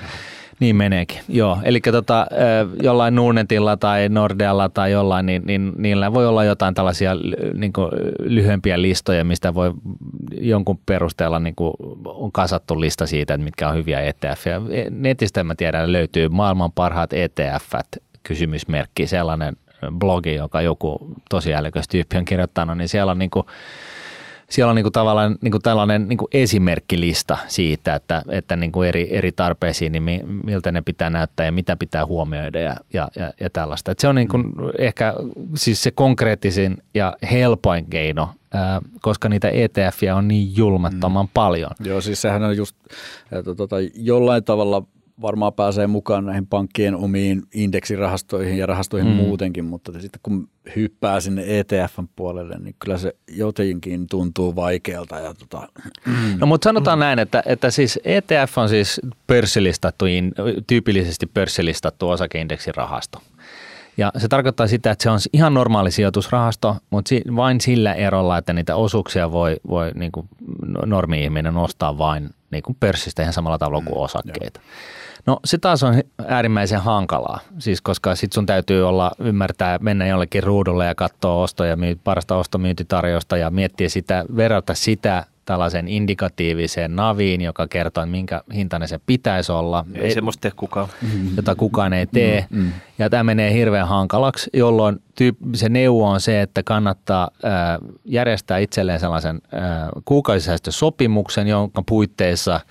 Niin meneekin, joo. Eli tota, jollain Nordnetilla tai Nordealla tai jollain, niin, niin niillä voi olla jotain tällaisia niin kuin lyhyempiä listoja, mistä voi jonkun perusteella niin kuin on kasattu lista siitä, että mitkä on hyviä E T F:jä. Netistä mä tiedän, löytyy maailman parhaat E T F:t, kysymysmerkki, sellainen blogi, joka joku tosi älykäs tyyppi on kirjoittanut, niin siellä on niin kuin Siellä on niinku tavallaan niinku tällainen niinku esimerkkilista siitä, että, että niinku eri, eri tarpeisiin, niin miltä ne pitää näyttää ja mitä pitää huomioida ja, ja, ja, ja tällaista. Et se on niinku ehkä siis se konkreettisin ja helpoin keino, ää, koska niitä E T F:jä on niin julmattoman mm. paljon. Joo, siis sehän on just, että tota, jollain tavalla varmaan pääsee mukaan näihin pankkien omiin indeksirahastoihin ja rahastoihin mm. muutenkin, mutta sitten kun hyppää sinne E T F:n puolelle, niin kyllä se jotenkin tuntuu vaikealta. Ja tota. No mutta sanotaan mm. näin, että, että siis E T F on siis pörssilistattu, tyypillisesti pörssilistattu osakeindeksirahasto. Ja se tarkoittaa sitä, että se on ihan normaali sijoitusrahasto, mutta vain sillä erolla, että niitä osuuksia voi, voi niin kuin normi-ihminen ostaa vain niin kuin pörssistä ihan samalla tavalla kuin osakkeita. Mm, no se taas on äärimmäisen hankalaa, siis koska sit sun täytyy olla, ymmärtää, mennä jollekin ruudulle ja katsoa ostoja, parasta ostomyyntitarjousta ja miettiä sitä, verrata sitä tällaisen indikatiiviseen naviin, joka kertoo, että minkä hintainen se pitäisi olla. Ei semmoista tee kukaan. Jota kukaan ei tee. Mm, mm. Ja tämä menee hirveän hankalaksi, jolloin tyyp- se neuvo on se, että kannattaa äh, järjestää itselleen sellaisen äh, kuukausisäästösopimuksen, jonka puitteissa äh,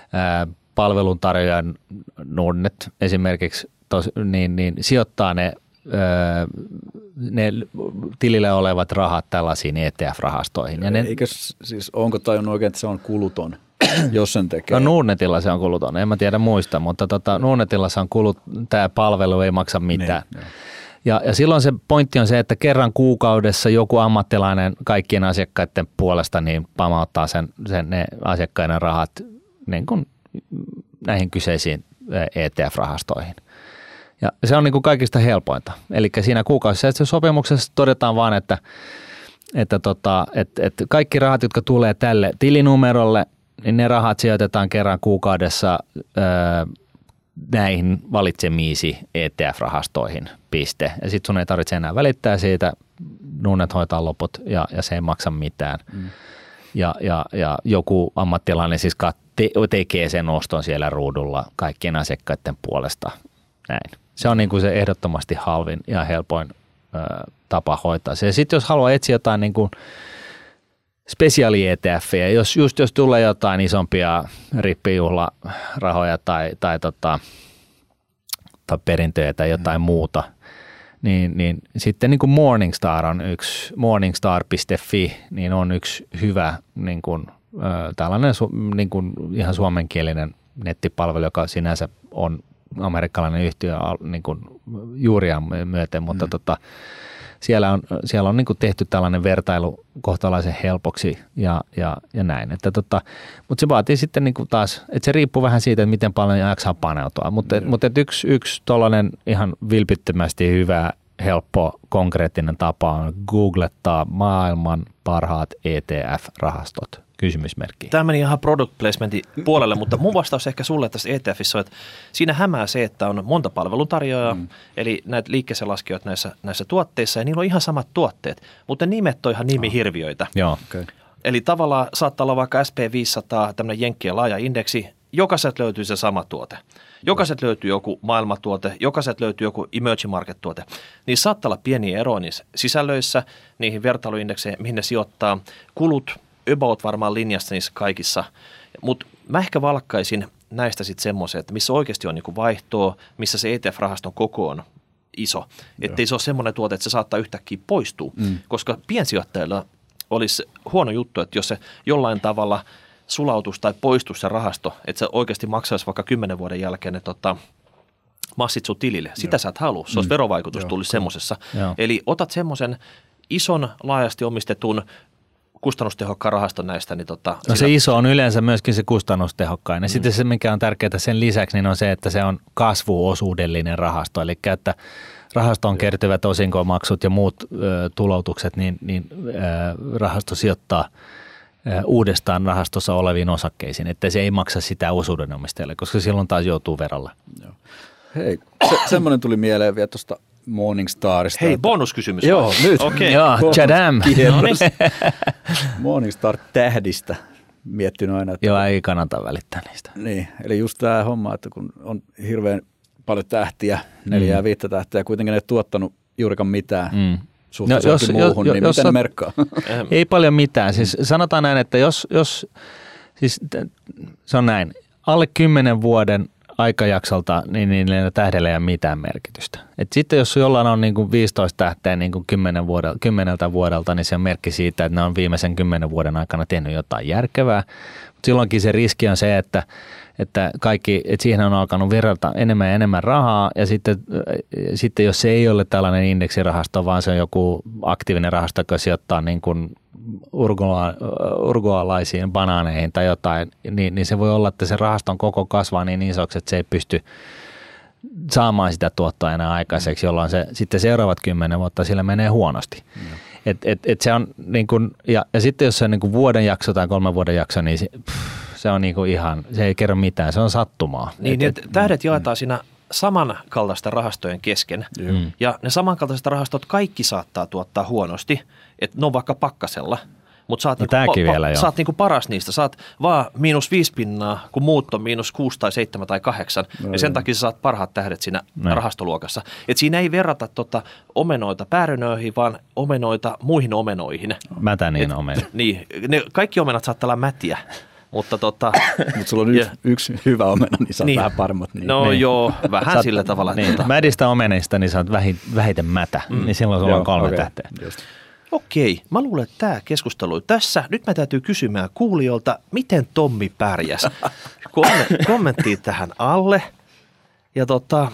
palveluntarjoajan Nordnet esimerkiksi tos, niin, niin sijoittaa ne ne tilille olevat rahat tällaisiin E T F-rahastoihin. Ja ne, Eikö siis, onko tajunnut oikein, että se on kuluton, jos sen tekee? No Nordnetilla se on kuluton, en mä tiedä muista, mutta tota, Nordnetilla se on kulut, tämä palvelu ei maksa mitään. Niin, ja, ja silloin se pointti on se, että kerran kuukaudessa joku ammattilainen kaikkien asiakkaiden puolesta niin pamauttaa sen, sen, ne asiakkaiden rahat niin kuin näihin kyseisiin E T F-rahastoihin. Ja se on niin kuin kaikista helpointa. Eli siinä kuukausisäästösopimuksessa todetaan vaan, että, että, tota, että, että kaikki rahat, jotka tulee tälle tilinumerolle, niin ne rahat sijoitetaan kerran kuukaudessa öö, näihin valitsemiisi E T F-rahastoihin, piste. Ja sitten sun ei tarvitse enää välittää siitä, Nordnet hoitaa loput ja, ja se ei maksa mitään. Mm. Ja, ja, ja joku ammattilainen siis te, tekee sen oston siellä ruudulla kaikkien asiakkaiden puolesta. Näin. Se on niin kuin se ehdottomasti halvin ja helpoin ö, tapa hoitaa se. Ja sitten jos haluaa etsiä jotain niin kuin spesiaali-E T F:jä, jos just jos tulee jotain isompia rippijuhlarahoja tai, tai, tota, tai perintöjä tai jotain mm. muuta, niin, niin sitten niin kuin Morningstar on yksi, morningstar piste fi, niin on yksi hyvä niin kuin, ö, tällainen niin kuin ihan suomenkielinen nettipalvelu, joka sinänsä on amerikkalainen yhtiö niin kuin juuriaan myöten, mutta mm. tota, siellä on, siellä on niin kuin tehty tällainen vertailu kohtalaisen helpoksi ja, ja, ja näin. Että tota, mutta se vaatii sitten niin kuin taas, että se riippuu vähän siitä, että miten paljon jaksaa paneutua. Mutta, mm. mutta yksi, yksi tollainen ihan vilpittömästi hyvä, helppo, konkreettinen tapa on googlettaa maailman parhaat E T F-rahastot. Kysymysmerkki. Tämä meni ihan product placementin puolelle, mutta mun vastaus ehkä sulle tästä E T F:ssä on, että siinä hämää se, että on monta palveluntarjoajaa, mm. eli näitä liikkeeseen laskijoita näissä, näissä tuotteissa, ja niillä on ihan samat tuotteet, mutta nimet on ihan nimihirviöitä. Joo, okay. Eli tavallaan saattaa olla vaikka S P viisisataa, tämmöinen jenkkien laaja indeksi, jokaiselta löytyy se sama tuote. Jokaiselta löytyy joku maailmatuote, jokaiselta löytyy joku emerging market-tuote. Niissä saattaa olla pieniä eroja niissä sisällöissä, niihin vertailuindekseihin, mihin ne sijoittaa, kulut, about varmaan linjassa niissä kaikissa, mutta mä ehkä valkkaisin näistä sitten semmoisen, että missä oikeasti on niinku vaihtoa, missä se E T F-rahaston koko on iso. Että ei se ole semmoinen tuote, että se saattaa yhtäkkiä poistua, mm. koska piensijoittajilla olisi huono juttu, että jos se jollain tavalla sulautus tai poistus se rahasto, että se oikeasti maksaisi vaikka kymmenen vuoden jälkeen ne tota, massit sun tilille. Sitä Joo. sä et halua, se olisi mm. verovaikutus tulisi semmoisessa. Eli otat semmoisen ison laajasti omistetun kustannustehokkaan rahaston näistä. Niin tota, no se iso on yleensä myöskin se kustannustehokkain. Ja mm. sitten se, mikä on tärkeää sen lisäksi, niin on se, että se on kasvuosuudellinen rahasto. Eli että rahastoon kertyvät osinkomaksut ja muut ö, tuloutukset, niin, niin ö, rahasto sijoittaa ö, uudestaan rahastossa oleviin osakkeisiin. Että se ei maksa sitä osuudenomistajalle, koska silloin taas joutuu verolle. Joo. Hei, se, semmoinen tuli mieleen vielä tuosta Morningstarista. Hei, että bonuskysymys. Joo, nyt. Okei. Okay. Joo, tjadam. Morningstar-tähdistä miettinyt aina. Että Joo, ei kannata välittää niistä. Niin, eli just tämä homma, että kun on hirveän paljon tähtiä, neljää mm. viittä tähtiä, ja kuitenkin ne ei tuottanut juurikaan mitään mm. suhteessa no, jos, muuhun, jos, niin jos, miten ne merkkaa? Ei paljon mitään. Siis sanotaan näin, että jos, jos siis se on näin, alle kymmenen vuoden aikajaksolta, niin niillä tähdellä ei ole mitään merkitystä. Et sitten jos jollain on niin kuin viisitoista tähteä niin kuin kymmenen vuodelta, kymmeneltä vuodelta, niin se on merkki siitä, että ne on viimeisen kymmenen vuoden aikana tehnyt jotain järkevää. Mut silloinkin se riski on se, että, että, kaikki, että siihen on alkanut virrata enemmän ja enemmän rahaa, ja sitten, sitten jos se ei ole tällainen indeksirahasto, vaan se on joku aktiivinen rahasto, joka sijoittaa niin kuin urgula, urgualaisiin banaaneihin tai jotain, niin, niin se voi olla, että se rahaston koko kasvaa niin isoksi, että se ei pysty saamaan sitä tuottoa enää aikaiseksi, jolloin se sitten seuraavat kymmenen vuotta sillä menee huonosti. Mm. Et, et, et se on niin kun, ja, ja sitten jos se on niin kun vuoden jakso tai kolmen vuoden jakso, niin se, pff, se on niin kun ihan, se ei kerro mitään, se on sattumaa. Niin, et, et, tähdet jaetaan mm. siinä samankaltaisten rahastojen kesken, mm. ja ne samankaltaiset rahastot kaikki saattaa tuottaa huonosti, että ne on vaikka pakkasella, mutta saat, no, niinku, pa, vielä, pa, saat niinku paras niistä, saat vaan miinus viisi pinnaa, kun muut on miinus kuusi tai seitsemän tai kahdeksan, no, ja sen joo. takia sä saat parhaat tähdet siinä no. rahastoluokassa. Et siinä ei verrata tota omenoita päärynöihin, vaan omenoita muihin omenoihin. Mätäniin omenoihin. Niin, ne kaikki omenat saattaa olla mätiä. Mutta tota, Mut sulla on yksi, yksi hyvä omena, niin sä oot niin, vähän paremmat. Niin. No niin. joo, vähän saat, sillä tavalla. Niin. Tota. Mädistä omenista, niin sä oot vähi, vähiten mätä, mm. niin silloin sulla joo, on kolme okay. tähteä. Just. Okei, mä luulen, että tämä keskustelu tässä, nyt mä täytyy kysymään kuulijoilta, miten Tommi pärjäs. Kommenttia tähän alle. Ja tota,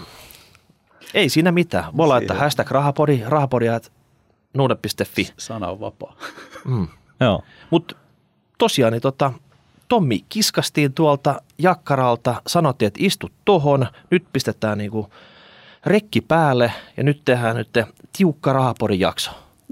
ei siinä mitään. Voi laittaa hashtag rahapodi, rahapodi at nuude piste fi. Sana on vapaa. Mm. Joo. Mutta tosiaan, niin tota, Tommi kiskastiin tuolta jakkaralta, sanottiin, että istu tohon, nyt pistetään niinku rekki päälle ja nyt tehdään nyt tiukka rahapodin jakso.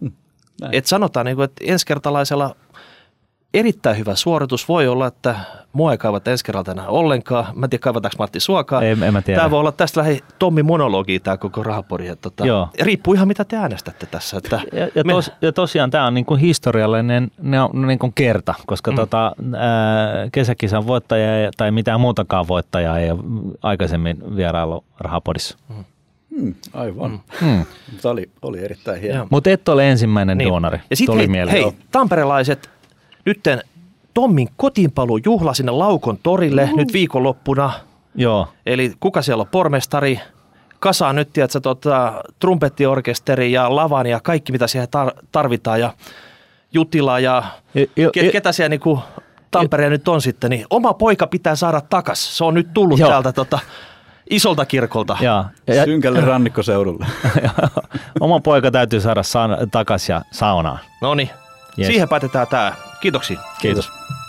Et sanotaan, että ensikertalaisella erittäin hyvä suoritus voi olla, että mua ei kaivata ensi kerralta enää ollenkaan. Mä en tiedä, kaivataanko Martti suokaa. Ei, en mä tiedä. Tämä voi olla tästä lähi Tommi monologia tämä koko rahapodi. Tota, riippuu ihan mitä te äänestätte tässä. Että ja, ja, tos, ja tosiaan tämä on niin kuin historiallinen ne on niin kuin kerta, koska mm. tota, ää, kesäkisan voittaja tai mitään muutakaan voittajaa ei ole aikaisemmin vierailu rahapodissa. Mm. Mm, aivan. Mm. Tämä oli, oli erittäin hieno. Mutta et ole ensimmäinen niin. duunari. Ja sitten hei, hei tamperelaiset, nytten Tommin kotiinpaluujuhla sinne Laukon torille uh. nyt viikonloppuna. Joo. Eli kuka siellä on pormestari? Kasaa nyt, tiedätkö, tota, trumpettiorkesteri ja lavan ja kaikki, mitä siihen tar- tarvitaan. Ja Jutila ja jo, ket, ketä siellä niinku Tampereen nyt on sitten. Niin oma poika pitää saada takas. Se on nyt tullut jo. täältä tota, isolta kirkolta. Ja, ja, Synkälle rannikkoseudulle. Oma poika täytyy saada sa- takas ja saunaan. No niin, yes. Siihen päätetään tämä. Kiitoksia. Kiitos. Kiitos.